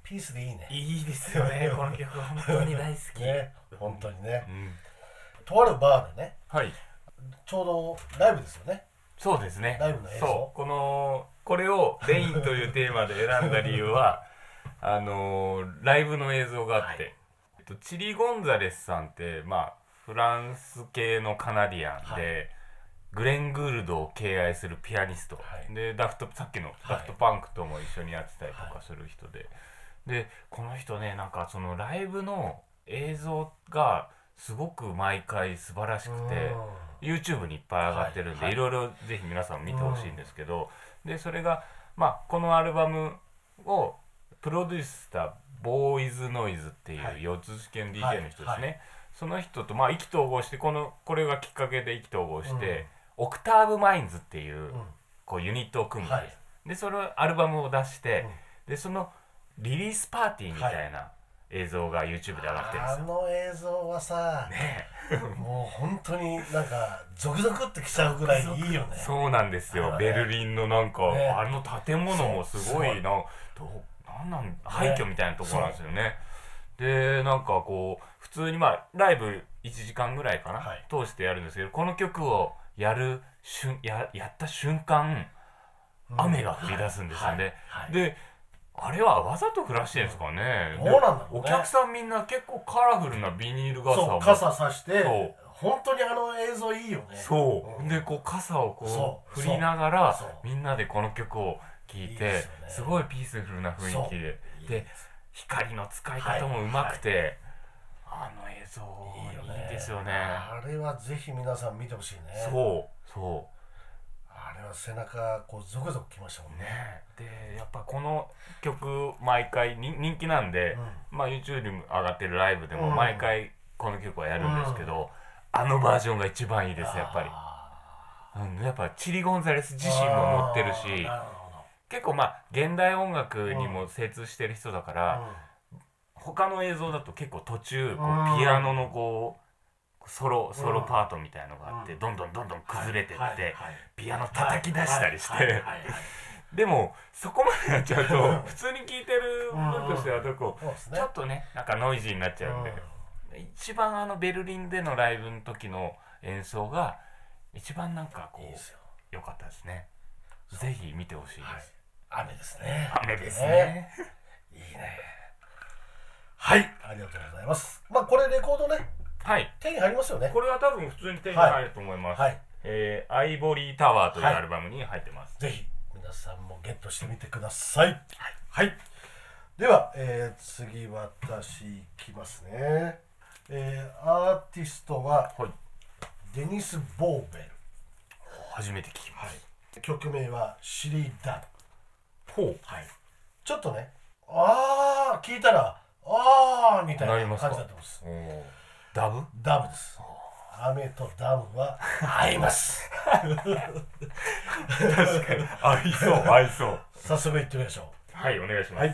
ピースでいいね。 いいですよねこの曲本当に大好き、 ね、本当にね、 うん、 とあるバーでね、 はい、 ちょうどライブですよね。 そうですね、 ライブの映像。 そうこれをレインというテーマで選んだ理由はライブの映像があって、はい、チリ・ゴンザレスさんって、まあ、フランス系のカナディアンで、はい、グレン・グールドを敬愛するピアニスト、はい、でさっきのダフトパンクとも一緒にやってたりとかする人で、はい、でこの人ね、なんかそのライブの映像がすごく毎回素晴らしくて YouTube にいっぱい上がってるんで、はい、いろいろぜひ皆さん見てほしいんですけど、でそれが、まあ、このアルバムをプロデュースしたボーイズノイズっていう四つ試験 DJ の人ですね、はいはい、その人とまあ意気投合してこれがきっかけで意気投合して、オクターブマインズっていう、こうユニットを組むんです、はい、でそのアルバムを出して、でそのリリースパーティーみたいな映像が YouTube で上がってるんですよ。 あの映像はさ、ね、もう本当になんかゾクゾクってきちゃうぐらいいいよね。 そうなんですよ、ベルリンのなんか、ね、あの建物もすごい廃墟みたいなところなんですよね。でなんかこう普通にまあライブ1時間ぐらいかな、はい、通してやるんですけど、この曲をやった瞬間、雨が降り出すんですよね、はいはい、であれはわざと降らしてるんですかね、 どうなんだろうね。 お客さんみんな結構カラフルなビニール傘を傘さして本当にあの映像いいよね。 そう、でこう傘をこう振りながらみんなでこの曲を聴いて、すごいピースフルな雰囲気で光の使い方もうまくて、あの映像いいですよね。 あれはぜひ皆さん見てほしいね。 そうあれは背中こうゾクゾクきましたもんね。 でやっぱこの曲毎回人気なんで、まあ YouTube に上がってるライブでも毎回この曲はやるんですけど、あのバージョンが一番いいですやっぱり。やっぱチリ・ゴンザレス自身も乗ってるし、結構まあ現代音楽にも精通してる人だから、他の映像だと結構途中こうピアノのこうソロパートみたいのがあって、どんどん崩れてってピアノ叩き出したりして、でもそこまでやっちゃうと普通に聴いてる分としてはちょっとねなんかノイジーになっちゃうんで、一番ベルリンでのライブの時の演奏が一番なんかこう良かったですね。ぜひ見てほしいです。 雨ですね。 雨ですね。 いいね。はい、ありがとうございます。まあこれレコードね、 はい、 手に入りますよね。 これは多分普通に手に入ると思います。はい、アイボリータワーというアルバムに入ってます。 ぜひ皆さんもゲットしてみてください。はい。では、次私いきますね。アーティストは、デニス・ボーベル。 初めて聞きます。 曲名はシリー・ダブ。 はい。 ちょっとね、聞いたらみたいな感じだと思います。 ダブ？ ダブです。雨とダムは合います。 確かに合いそう。 早速いってみましょう。 はい、お願いします。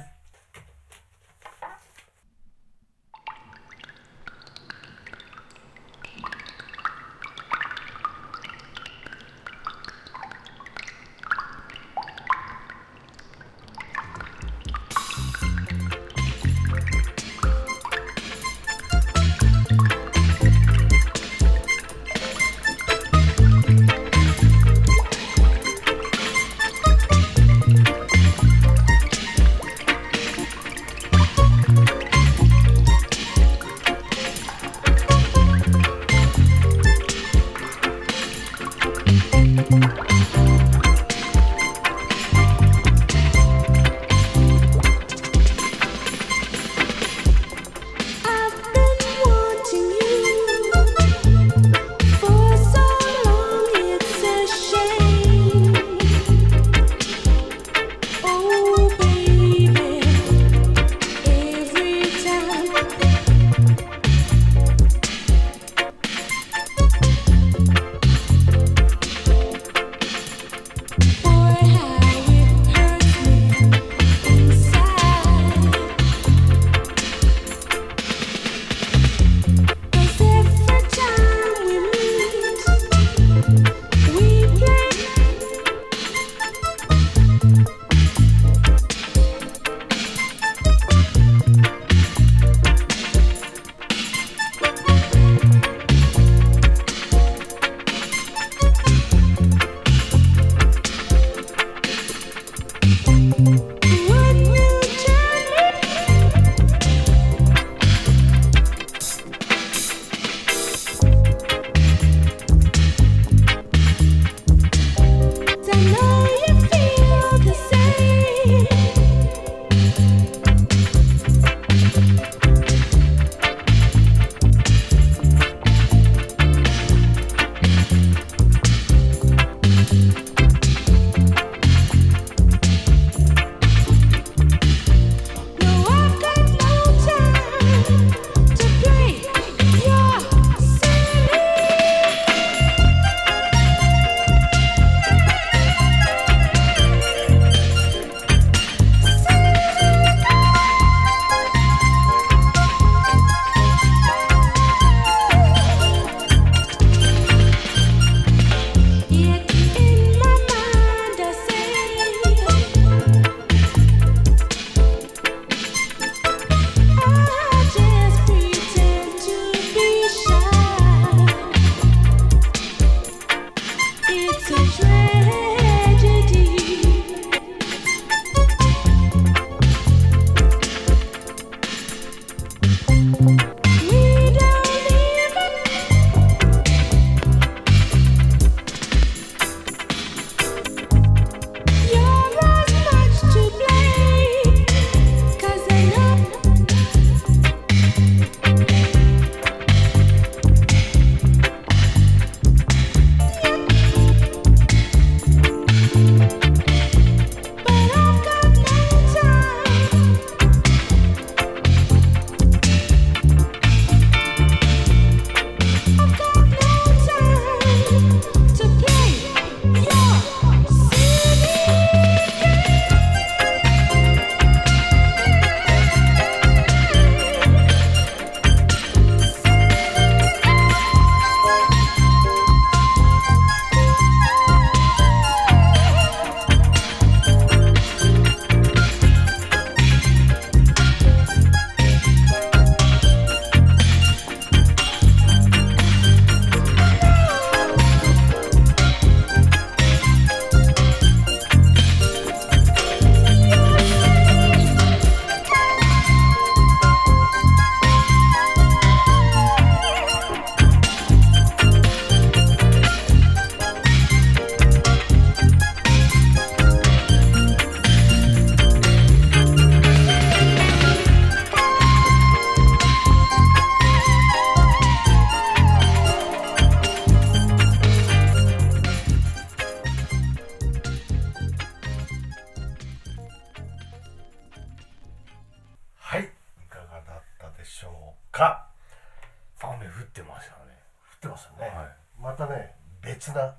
でしょうか。 雨降ってましたね。 降ってますよね、 はいまたね別な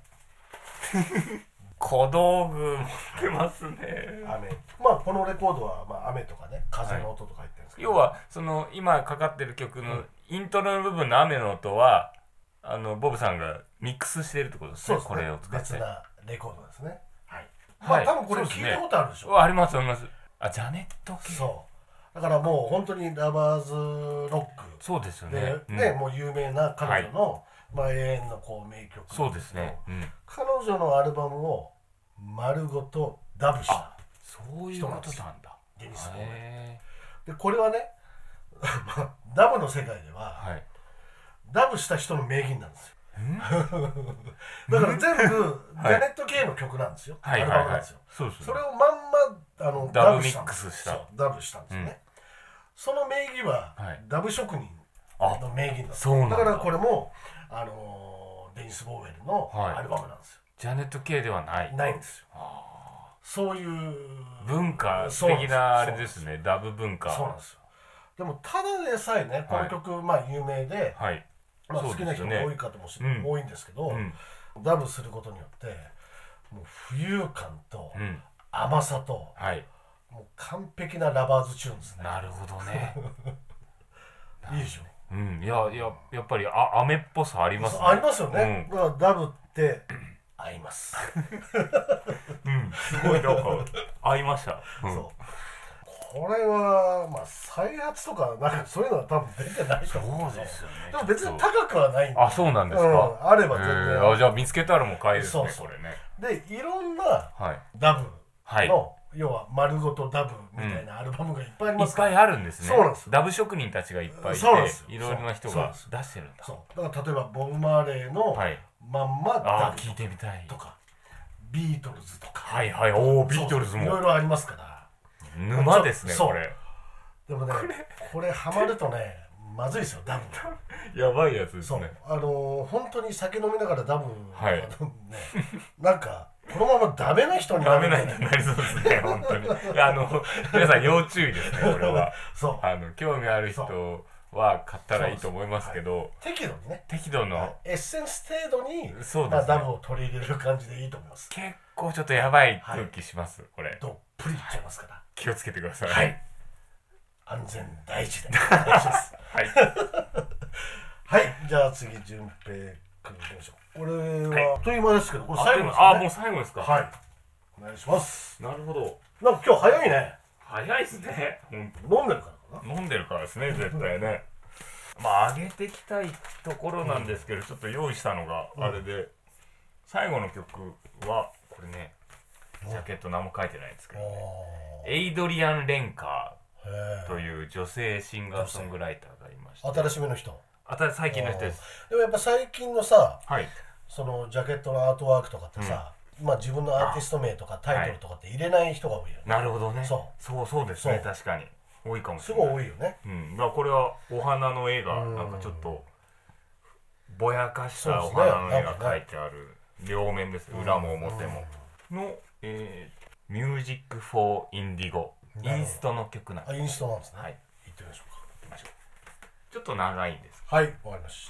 小道具持ってますね。 雨、まあこのレコードはまあ雨とかね風の音とか入ってるんですけど、 要はその今かかってる曲のイントロの部分の雨の音はボブさんがミックスしてるってことですね。 そうですね、 これを使って別なレコードですね。はい。 はいまあ多分これそうですね聞いたことあるでしょ。 ありますあります。あ、ジャネット系。 そう。だからもう本当にラバーズロックそうですよでね。 ね、 うんもう有名な彼女の、まあ永遠のこう名曲。 そうですね。うん。 彼女のアルバムを丸ごとダブしたあ、そういうことなんだ。 デニス・ボーウェルへでこれはねまあダブの世界では、 ーはい。 ダブした人の名義なんですよ。だから全部ジャネット系の曲なんですよ、 はいアルバムなんですよ。 そうですね。 それをまんまダブミッしたんですクスしたそうダブしたんですよね、その名義は、 はいダブ職人あの名義なんですそうなんだだからこれも、デニス・ボーウェルのはいアルバムなんですよ、 ジャネット系ではない。 ないんですよ。そういう文化的そうなんですなあれですね。ダブ文化。 そうなんですよ。でもただでさえねこの曲、まあ有名で、 はい。 まあ、 そう好きなですよね人も多いかともしれない、 うん多いんですけど、 うんダブすることによってもう浮遊感とうん。 甘さと、 はい。 もう完璧なラバーズチューンですね。 なるほどね。 いいでしょ。 うん。やっぱり雨っぽさありますね。 ありますよね、だからダブって合います。 うん。すごいなんか合いました。うんそうこれはまあ再発とかなんかそういうのは多分出てないと思うんそうですよね。 でも別に高くはないんで、 あ、そうなんですか。 あれば全然、 あ、じゃあ見つけたらもう買えるですね、 そうそうこれね。 でいろんなはい。 ダブの、 はい。 要は丸ごとダブみたいなアルバムがいっぱいありいっますから、 ぱいあるんですね。 そうなんですよダブ職人たちがいっぱいいてそうなんですよ、 いろいろな人がそうなんです出してるんだ。 そうだから例えばボブ・マーレーのはい。 まんまあダあ、聞いブてみたいと。かビートルズとか、 はいはい。おお、ビートルズもいろいろありますから沼ですね、 そうこれ。 でもねこれハマるとねまずいですよダブやばいやつですそうね。 本当に酒飲みながらダブ、 はいね、なんかこのままダメな人になダメるな人になりそうですね、本当に。皆さん要注意ですね、これは。 そう興味ある人は買ったらいいと思いますけど、 適度にね適度の、 エッセンス程度に、 そうですねまあ、ダブを取り入れる感じでいいと思います。 結構ちょっとやばい空気します、これ。 どっぷりいっちゃいますから。 気をつけてください。 はい。安全第一でお願いします。 はい。 はい。じゃあ次順平君いきましょう。これは、あっという間ですけど、これ最後ですね。 あ、もう最後ですか。 はい。お願いします。 なるほど。 なんか今日早いね。 早いですね。 飲んでるからかな。 飲んでるからですね、絶対ね。まあ、上げていきたいところなんですけど、ちょっと用意したのがあれで、最後の曲は、これね、ジャケット何も書いてないんですけど、エイドリアン・レンカーという女性シンガーソングライターがいまして、 新しめの人。 最近の人です。 でもやっぱ最近のさ、 はい。 そのジャケットのアートワークとかってさ、まあ自分のアーティスト名とかタイトルとかって入れない人が多いよね。 なるほどね。 そうそうですね、 そう確かに。多いかもしすれない。 ごい多いよね。 だからこれはお花の絵がなんかちょっとぼやかしたお花の絵が描いてある両面です、裏も表ものミュージック・フォー・インディゴ、インストの曲なんです。 インストなんですね。 はい、 行ってみましょうか。 行きましょう。ちょっと長いんです。 はい、わかりました。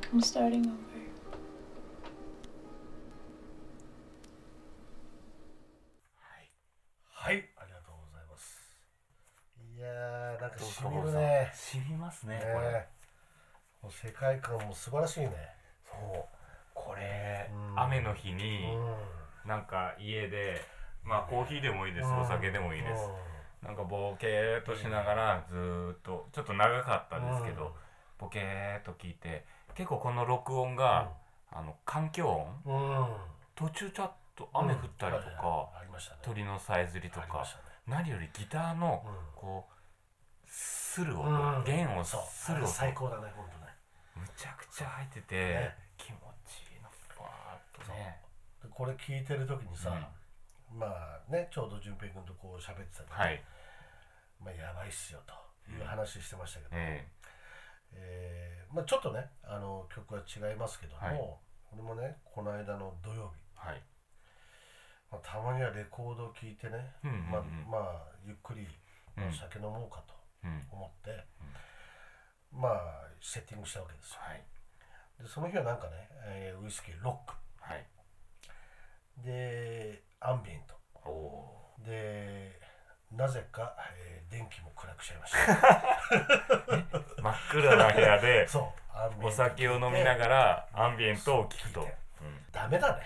I'm starting over. はい、ありがとうございます。いやー、なんかしみるね。 しみますね、 ねこれ。 もう世界観も素晴らしいね。 そうこれ、 うん雨の日に、なんか家でまあコーヒーでもいいです、お酒でもいいです、なんかボケーっとしながらずーっとちょっと長かったですけど、ボケーっと聞いて、結構この録音が、環境音、途中ちょっと雨降ったりとか、鳥のさえずりとか、何よりギターのこうする音、弦をする音、 最高だね、本当ね。 むちゃくちゃ入ってて、気持ちいいの、ふわーっとね。 これ聞いてる時にさ、まあね、ちょうど淳平君とこう喋ってたから、まあやばいっすよという話してましたけど、まあちょっとね、曲は違いますけども、俺もね、この間の土曜日、まあ、たまにはレコードを聴いてね、まあゆっくりお酒飲もうかと思って、まあセッティングしたわけですよ。でその日はなんかね、ウイスキーロック、でアンビエントで、なぜか、電気も暗くしちゃいました真っ暗な部屋でそうお酒を飲みながらアンビエントを聴くと、 ダメだね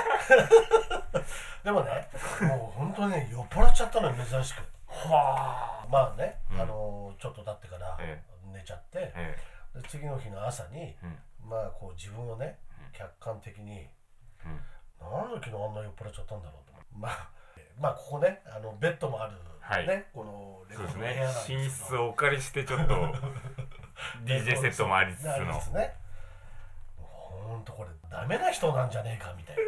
でもね、もう本当にね、酔っ払っちゃったのよ、珍しく。まあね、ちょっと経ってから寝ちゃって、で次の日の朝に、まあこう自分をね、客観的に、なんで昨日あんな酔っ払っちゃったんだろうと。まあここね、ベッドもあるね、このレコードの部屋なんですけど、 寝室をお借りしてちょっとDJ セットもありつつのね、ほんとこれダメな人なんじゃねえかみたい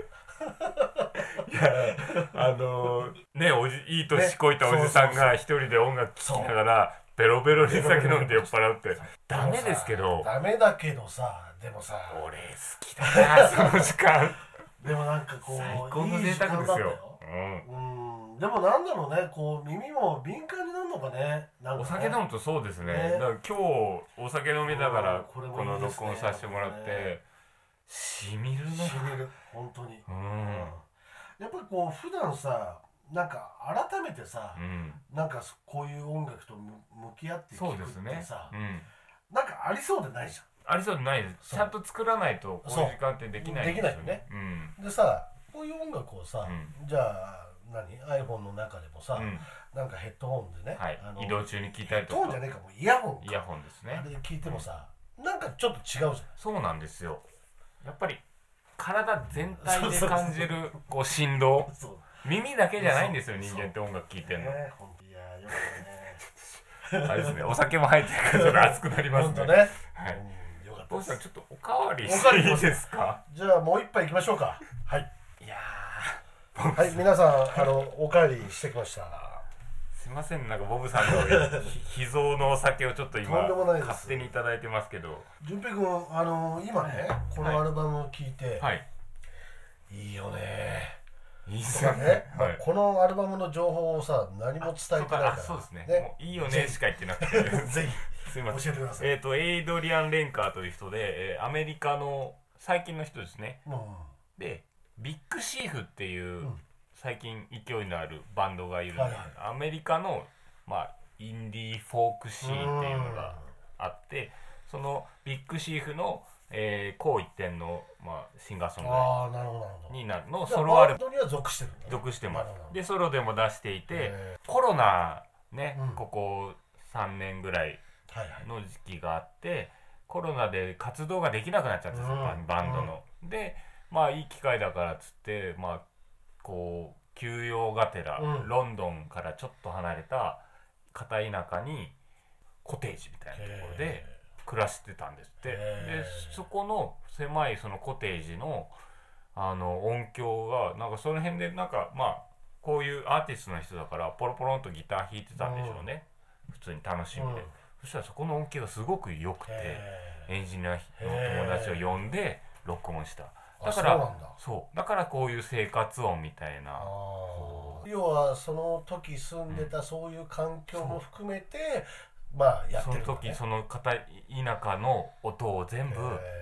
な。いやいい年こいたおじさんが一人で音楽聴きながらベロベロに酒飲んで酔っ払うってダメですけど、 ダメだけどさ、でもさ、 俺好きだなその時間でもなんかこう最高の贅沢ですよ。 でもなんだろうね、こう耳も敏感になるのかね。 お酒飲むとそうですね。だから今日お酒飲みながらこの録音させてもらってしみるね。 しみる、本当に。やっぱりこう普段さ、なんか改めてさ、なんかこういう音楽と向き合って聴くってさ、なんかありそうでないじゃん。 ありそうでないです。ちゃんと作らないとこういう時間ってできないですよね。でさ、こういう音楽をさ、じゃあiPhone の中でもさ、なんかヘッドホンでね、 移動中に聞いたりとか、 ヘッドホンじゃねえか、もうイヤホンか、 イヤホンですね。 あれで聞いてもさ、なんかちょっと違うじゃん。 そうなんですよ。やっぱり体全体で感じるこう振動、耳だけじゃないんですよ、人間って音楽聴いてんの。 いやよかったね。 あれですね、お酒も入ってるからちょっと熱くなりますね。 本当ね。はい。よかったです。 ボスさんちょっとおかわりしていいですか？ じゃあもう一杯いきましょうか。はい。 いやはい、皆さんおかわりしてきました。 すいません、なんかボブさんの秘蔵のお酒をちょっと今勝手にいただいてますけど。 淳平君、今ね、このアルバムを聴いて、いいよね。 いいですよね。 このアルバムの情報をさ、何も伝えてないから。 そうですね。もういいよねしか言ってなくて。 ぜひ、 すいません。 教えてください。 エイドリアン・レンカーという人で、アメリカの最近の人ですね。で、ビッグシーフっていう最近勢いのあるバンドがいるんで、アメリカのインディーフォークシーンっていうのがあって、そのビッグシーフの高一点のシンガーソングライターになるのソロアルバムには属してるんだね。属してます。でソロでも出していて、コロナね、ここ3年ぐらいの時期があって、コロナで活動ができなくなっちゃったんですよ、バンドの。でいい機会だからっつってこう休養がてら、ロンドンからちょっと離れた片田舎にコテージみたいなところで暮らしてたんですって。でそこの狭いそのコテージの音響がなんかその辺でなんかこういうアーティストの人だからポロポロンとギター弾いてたんでしょうね、普通に楽しみで。そしたらそこの音響がすごく良くて、エンジニアの友達を呼んで録音した。だからこういう生活音みたいな、要はその時住んでたそういう環境も含めてやってる、 その時その田舎の音を全部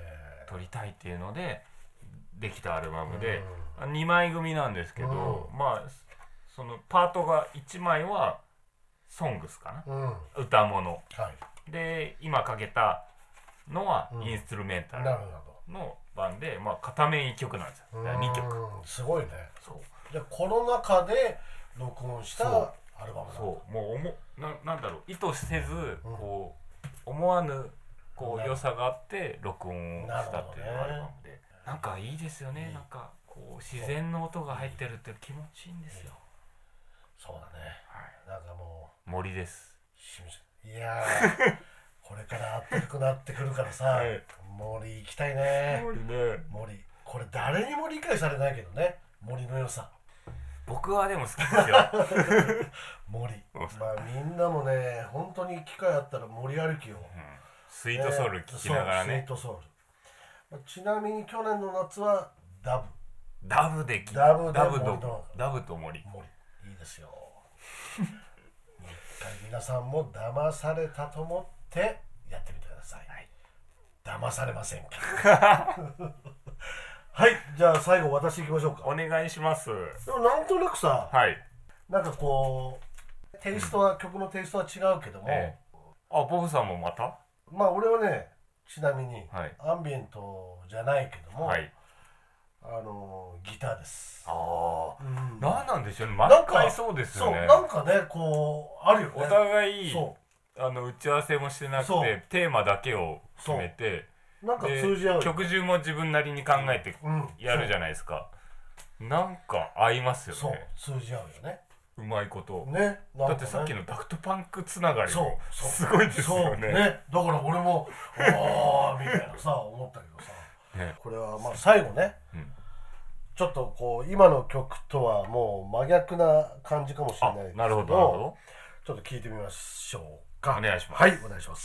撮りたいっていうのでできたアルバムで、2枚組なんですけど、まあそのパートが1枚はソングスかな、歌物、で今かけたのはインストゥルメンタルの版で、まあ片面1曲なんですよ。2曲。 すごいね。 そうでコロナ禍で録音したアルバムなんだ。 そうもうなんだろう、意図せずこう思わぬこう良さがあって録音をしたっていうアルバムで、なんかいいですよね。なんかこう自然の音が入ってるって気持ちいいんですよ。 そうだね。なんかもう森です。 いやーこれから暖かくなってくるからさ、森行きたいね。森これ誰にも理解されないけどね、森の良さ。 僕はでも好きですよ森。まあみんなもね、本当に機会あったら森歩きを、 スイートソウル聴きながらね。 スイートソウル。ちなみに去年の夏はダブでダブと森。 いいですよ。一回皆さんも騙されたと思ってやってみてください。騙されませんかはい、じゃあ最後私行きましょうか。 お願いします。 でもなんとなくさ、なんかこうテイストは、曲のテイストは違うけども、 ボブさんもまた？ まあ俺はね、ちなみに、アンビエントじゃないけども、ギターです。 なんなんでしょうね。毎回そうですよね。 なんかね、こうあるよね。 お互い打ち合わせもしてなくて、テーマだけを決めて、 なんか通じ合う。 曲順も自分なりに考えてやるじゃないですか。なんか合いますよね。 そう、通じ合うよね。 うまいことね。 だってさっきのダフトパンクつながりもすごいですよね。 だから俺もああみたいなさ思ったけどさ、これはまあ最後ね、ちょっとこう今の曲とはもう真逆な感じかもしれないですけど、 なるほど。 ちょっと聞いてみましょうか。 お願いします。 はい、お願いします。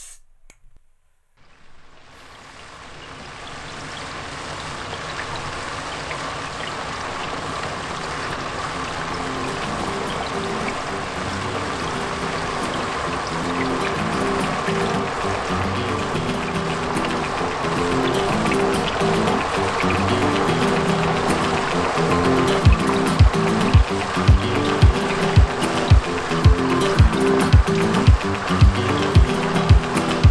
「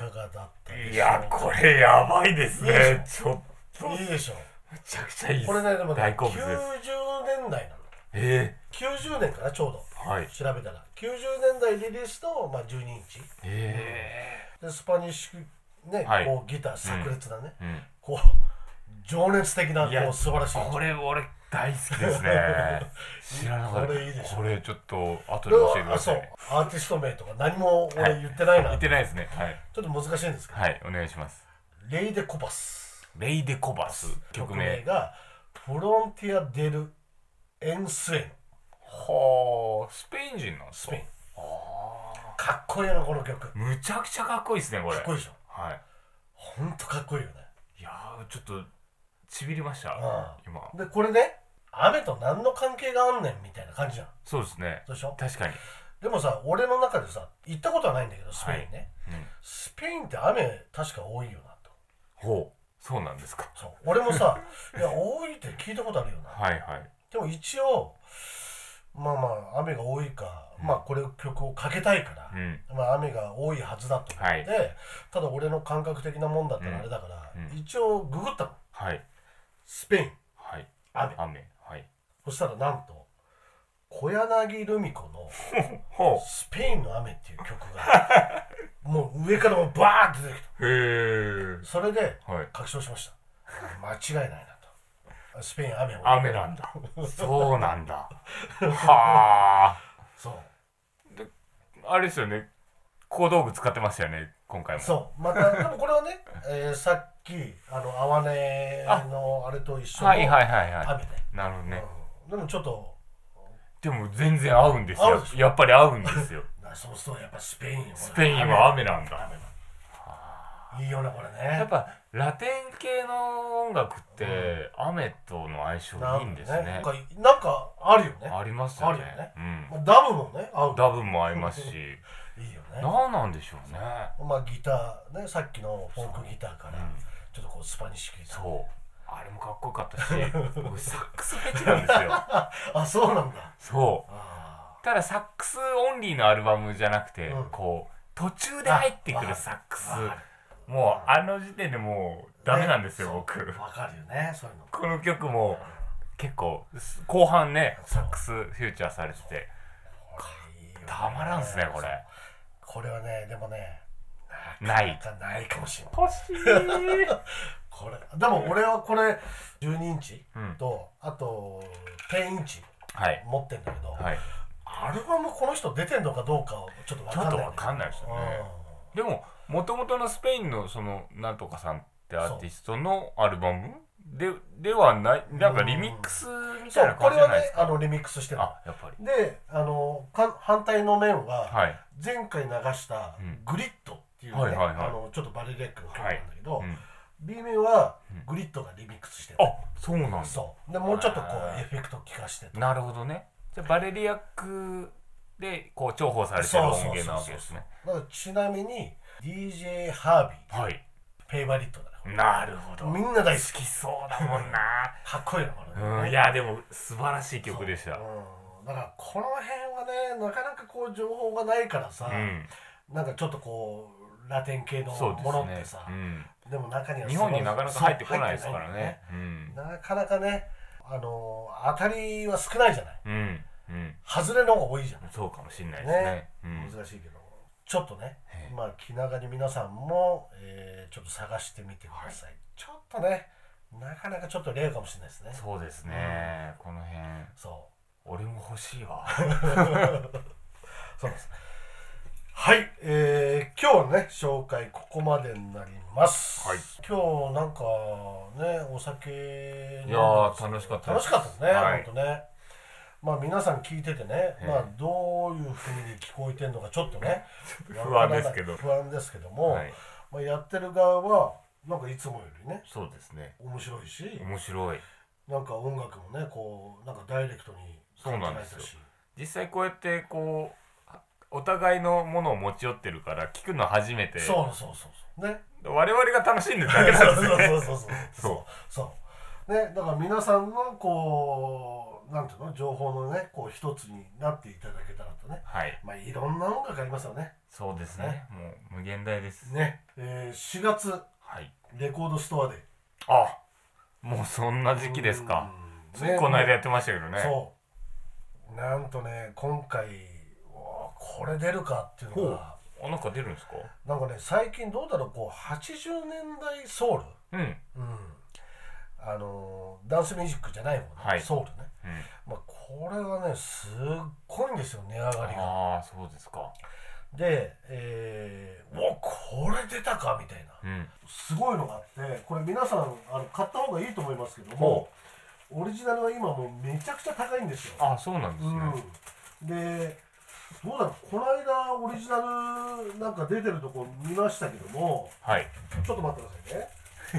かがだったでしょうか。 いやこれやばいですね。ちょっといいでしょ。 めちゃくちゃいいです。 これねでもね大好物です。 90年代なの。90年かなちょうど、 はい、 調べたら90年代リリースの、まあ、12インチでスパニッシュ、ねはい、 こうギター炸裂なね、 うんこう情熱的なこう素晴らしい。 これ俺大好きですね。知らなかった。 これいいでしょ。 これちょっと後で教えてください、ね。 そうアーティスト名とか何も俺言ってないな、 言ってないですね。はい、 ちょっと難しいんですけど、 はい、お願いします。 レイデコバス。 レイデコバス曲名がフロンティア・デル・エンスエノ。 はあ、スペイン人なんですか。 スペイン。かっこいいなこの曲。 むちゃくちゃかっこいいですねこれ。 かっこいいでしょ。 はい。 ほんとかっこいいよね。 いやーちょっとちびりました、今でこれね雨と何の関係があんねんみたいな感じじゃん。 そうですね。 でしょ。 確かに。 でもさ俺の中でさ行ったことはないんだけどスペインね、 はい、うん、 スペインって雨確か多いよなと。 ほう、そうなんですか。 そう俺もさいや多いって聞いたことあるよな。 はいはい。 でも一応まあまあ雨が多いか、まあこれ曲をかけたいから、まあ雨が多いはずだと思って、ただ俺の感覚的なもんだったらあれだから、一応ググったの。 はい。 スペイン、 はい、 雨、 はい。 そしたらなんと小柳ルミ子の「スペインの雨」っていう曲がもう上からもバーンって出てきた。 へえ。 それで確証しました。間違いないなと。スペイン雨なんだ。そうなんだ。はあ。 そうであれですよね、小道具使ってましたよね今回も。 そうまたでもこれはね、さっき泡音のあれと一緒の雨で、 なるほどね、 でもちょっとでも全然合うんですよ。やっぱり合うんですよ。 そうするとやっぱスペインは雨なんだ。 いいよねこれね。 やっぱラテン系の音楽って雨との相性いいんですね。 なんかあるよね。 ありますよね。 ダブもね合う。 ダブも合いますし。いいよね。 何なんでしょうね。 まあギターね、さっきのフォークギターからちょっとこうスパニッシュギター。 そう。あれもかっこよかったし、僕サックスフェチなんですよ。 あ、そうなんだ。 そう。ただサックスオンリーのアルバムじゃなくて、こう途中で入ってくるサックス、もうあの時点でもうダメなんですよ、僕。 わかるよね、そういうの。 この曲も結構後半ね、サックスフューチャーされててたまらんすね、これ。 これはね、でもね、 ないかもしれない。 欲しい。 これでも俺はこれ12インチと、あと10インチ持ってんだけど、アルバムこの人出てんのかどうかちょっと分かんないですよね。でも元々のスペインのそのなんとかさんってアーティストのアルバムではない、なんかリミックスみたいな感じじゃないですか。 これはねリミックスしてる。 やっぱりで反対の面は前回流したグリッドっていうね、ちょっとバレリアックの曲なんだけど、B 面はグリッドがリミックスしてる。 あ、そうなんだ。 そうでもうちょっとこうエフェクト効かして。 なるほどね。じゃあバレリアックでこう重宝されてる音源なわけですね。 ちなみに DJ ハービーフェイバリットだね。 なるほど。 みんな大好きそうだもんな。 かっこいいのこれ。 いやでも素晴らしい曲でした。 だからこの辺はねなかなかこう情報がないからさ、なんかちょっとこうラテン系のものってさ、でも中には日本になかなか入ってこないですからね。 なかなかね当たりは少ないじゃない。外れの方が多いじゃない。 そうかもしれないですね。 難しいけどちょっとね、まあ気長に皆さんもちょっと探してみてください。ちょっとねなかなかちょっ今日かもしれないですね。 そうですね。この辺俺も欲しいわ。 そうです。はい、今日のね紹介ここまでになります。今日なんかねお酒いや楽しかったですね。本当ね。まあ皆さん聞いててね、まあどういう風に聞こえてるのかちょっとね不安ですけども、まあやってる側はなんかいつもよりね、 そうですね、 面白いし、 なんか音楽もねこうなんかダイレクトにそうなんですよ。実際こうやってこうお互いのものを持ち寄ってるから聞くの初めて。そうね。我々が楽しんでるだけなんですよね。そうね。だから皆さんのこうなんていうの情報のねこう一つになっていただけたらとね、 はい。 まあいろんな音楽ありますよね。 そうですね。もう無限大です。 ね、4月はい。 レコードストアであ、もうそんな時期ですか。ついこの間やってましたけどね。 そうなんとね今回これ出るかっていうのがなんか出るんですか？ なんかね最近どうだろうこう80年代ソウル、 うん。 ダンスミュージックじゃない方ね、 はいソウルね、 うん。 まあ、これがねすっごいんですよ値上がりが。 ああ、そうですか。 で、これ出たかみたいな、 うん。 すごいのがあってこれ皆さん買った方がいいと思いますけどもオリジナルは今もうめちゃくちゃ高いんですよ。 あ、そうなんですね。 でどうだろうこの間オリジナルなんか出てるとこ見ましたけどもはい。 ちょっと待ってくださいね。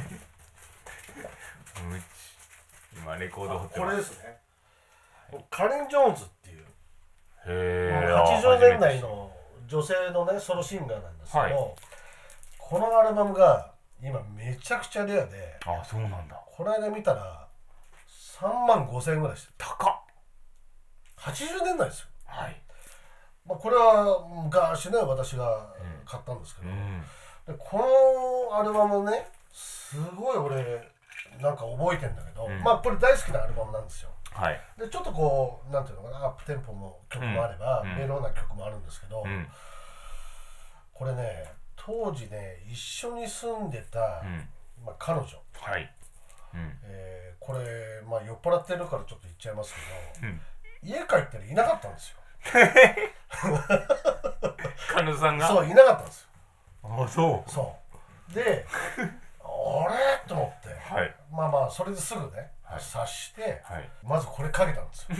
今レコード掘ってこます。 れですね、カレン・ジョーンズっていうへえ。 80年代の女性のねソロシンガーなんですけど、 はいこのアルバムが今めちゃくちゃレアであ、そうなんだ。 この間見たら3万5千円ぐらいして高っ。 80年代ですよ。 はい。 まあ、これは昔ね私が買ったんですけど、 うん。 でこのアルバムねすごい俺なんか覚えてんだけど、まあこれ大好きなアルバムなんですよ。 はい。 でちょっとこうなんていうのかなアップテンポの曲もあれば、メローな曲もあるんですけど、 うん。 これね当時ね一緒に住んでた、まあ、彼女、 はい。うん。 これ、まあ、酔っ払ってるからちょっと言っちゃいますけど、 うん家帰ったらいなかったんですよ。 彼女さんが。 そういなかったんですよ。 あ、そう。 そうであれと思って、 はい。 まあまあそれですぐね、 はい察して、 はい。 まずこれかけたんですよ。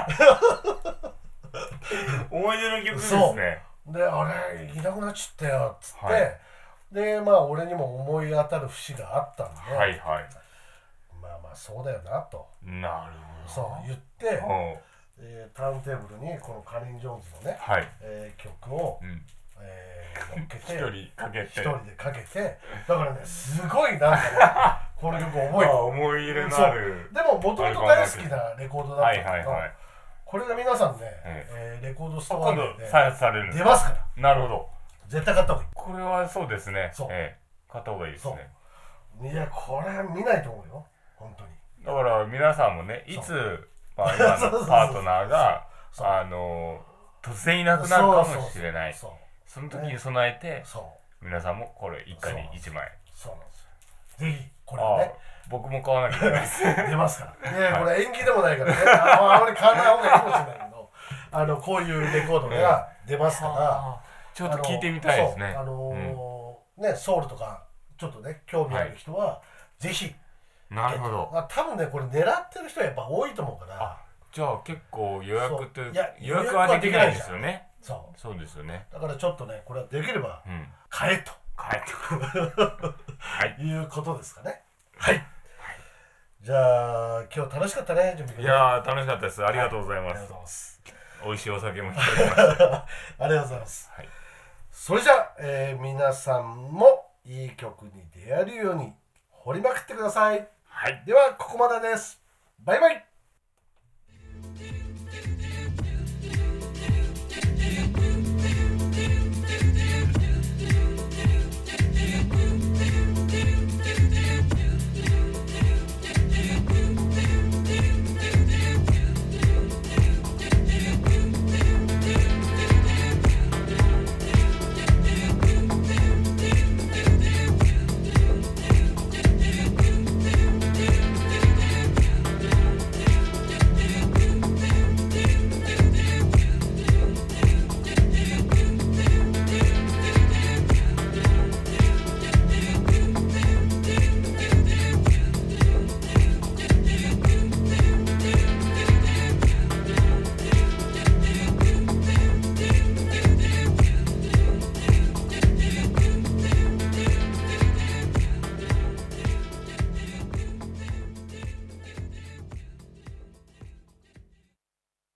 思い出の曲ですね。 であれいなくなっちゃったよっつって、 はいでまあ俺にも思い当たる節があったんで、 はいはい。 まあまあそうだよなとなるそう言って、 ほど。 ターンテーブルにこのカレン・ジョーンズのね、 はい。 曲を、 うん。 乗っけて一人かけて。 一人でかけてだからねすごいなんかねこの曲覚えてる。 思い入れのある。 でももともと大好きなレコードだったんだけど、これが皆さんね、レコードストア今度でされるんです出ますからなるほど。 絶対買った方がいい。 これはそうですね。 そう買った方がいいですね。 いやこれは見ないと思うよ本当に。 だから皆さんもね、いつ今のパートナーが突然いなくなるかもしれない。その時に備えて皆さんもこれ一家に1枚。 そうなんですよ。ぜひこれをね僕も買わなきゃいけないです。 出ますから。これ縁起でもないからね。あまり買わない方がいいかもしれないけど、こういうレコードが出ますから。 ちょっと聞いてみたいですね。 ねソウルとかちょっとね興味ある人はぜひ。 なるほど。 多分ねこれ狙ってる人はやっぱ多いと思うから。 じゃあ結構予約って予約はできないんですよね。そうですよね。 だからちょっとねこれはできれば買えということですかね。はい。じゃあ今日楽しかったね。 いや楽しかったです。ありがとうございます。美味しいお酒もいただきました。 ありがとうございます。それじゃあ、皆さんもいい曲に出会えるように掘りまくってください。ではここまでです。バイバイ。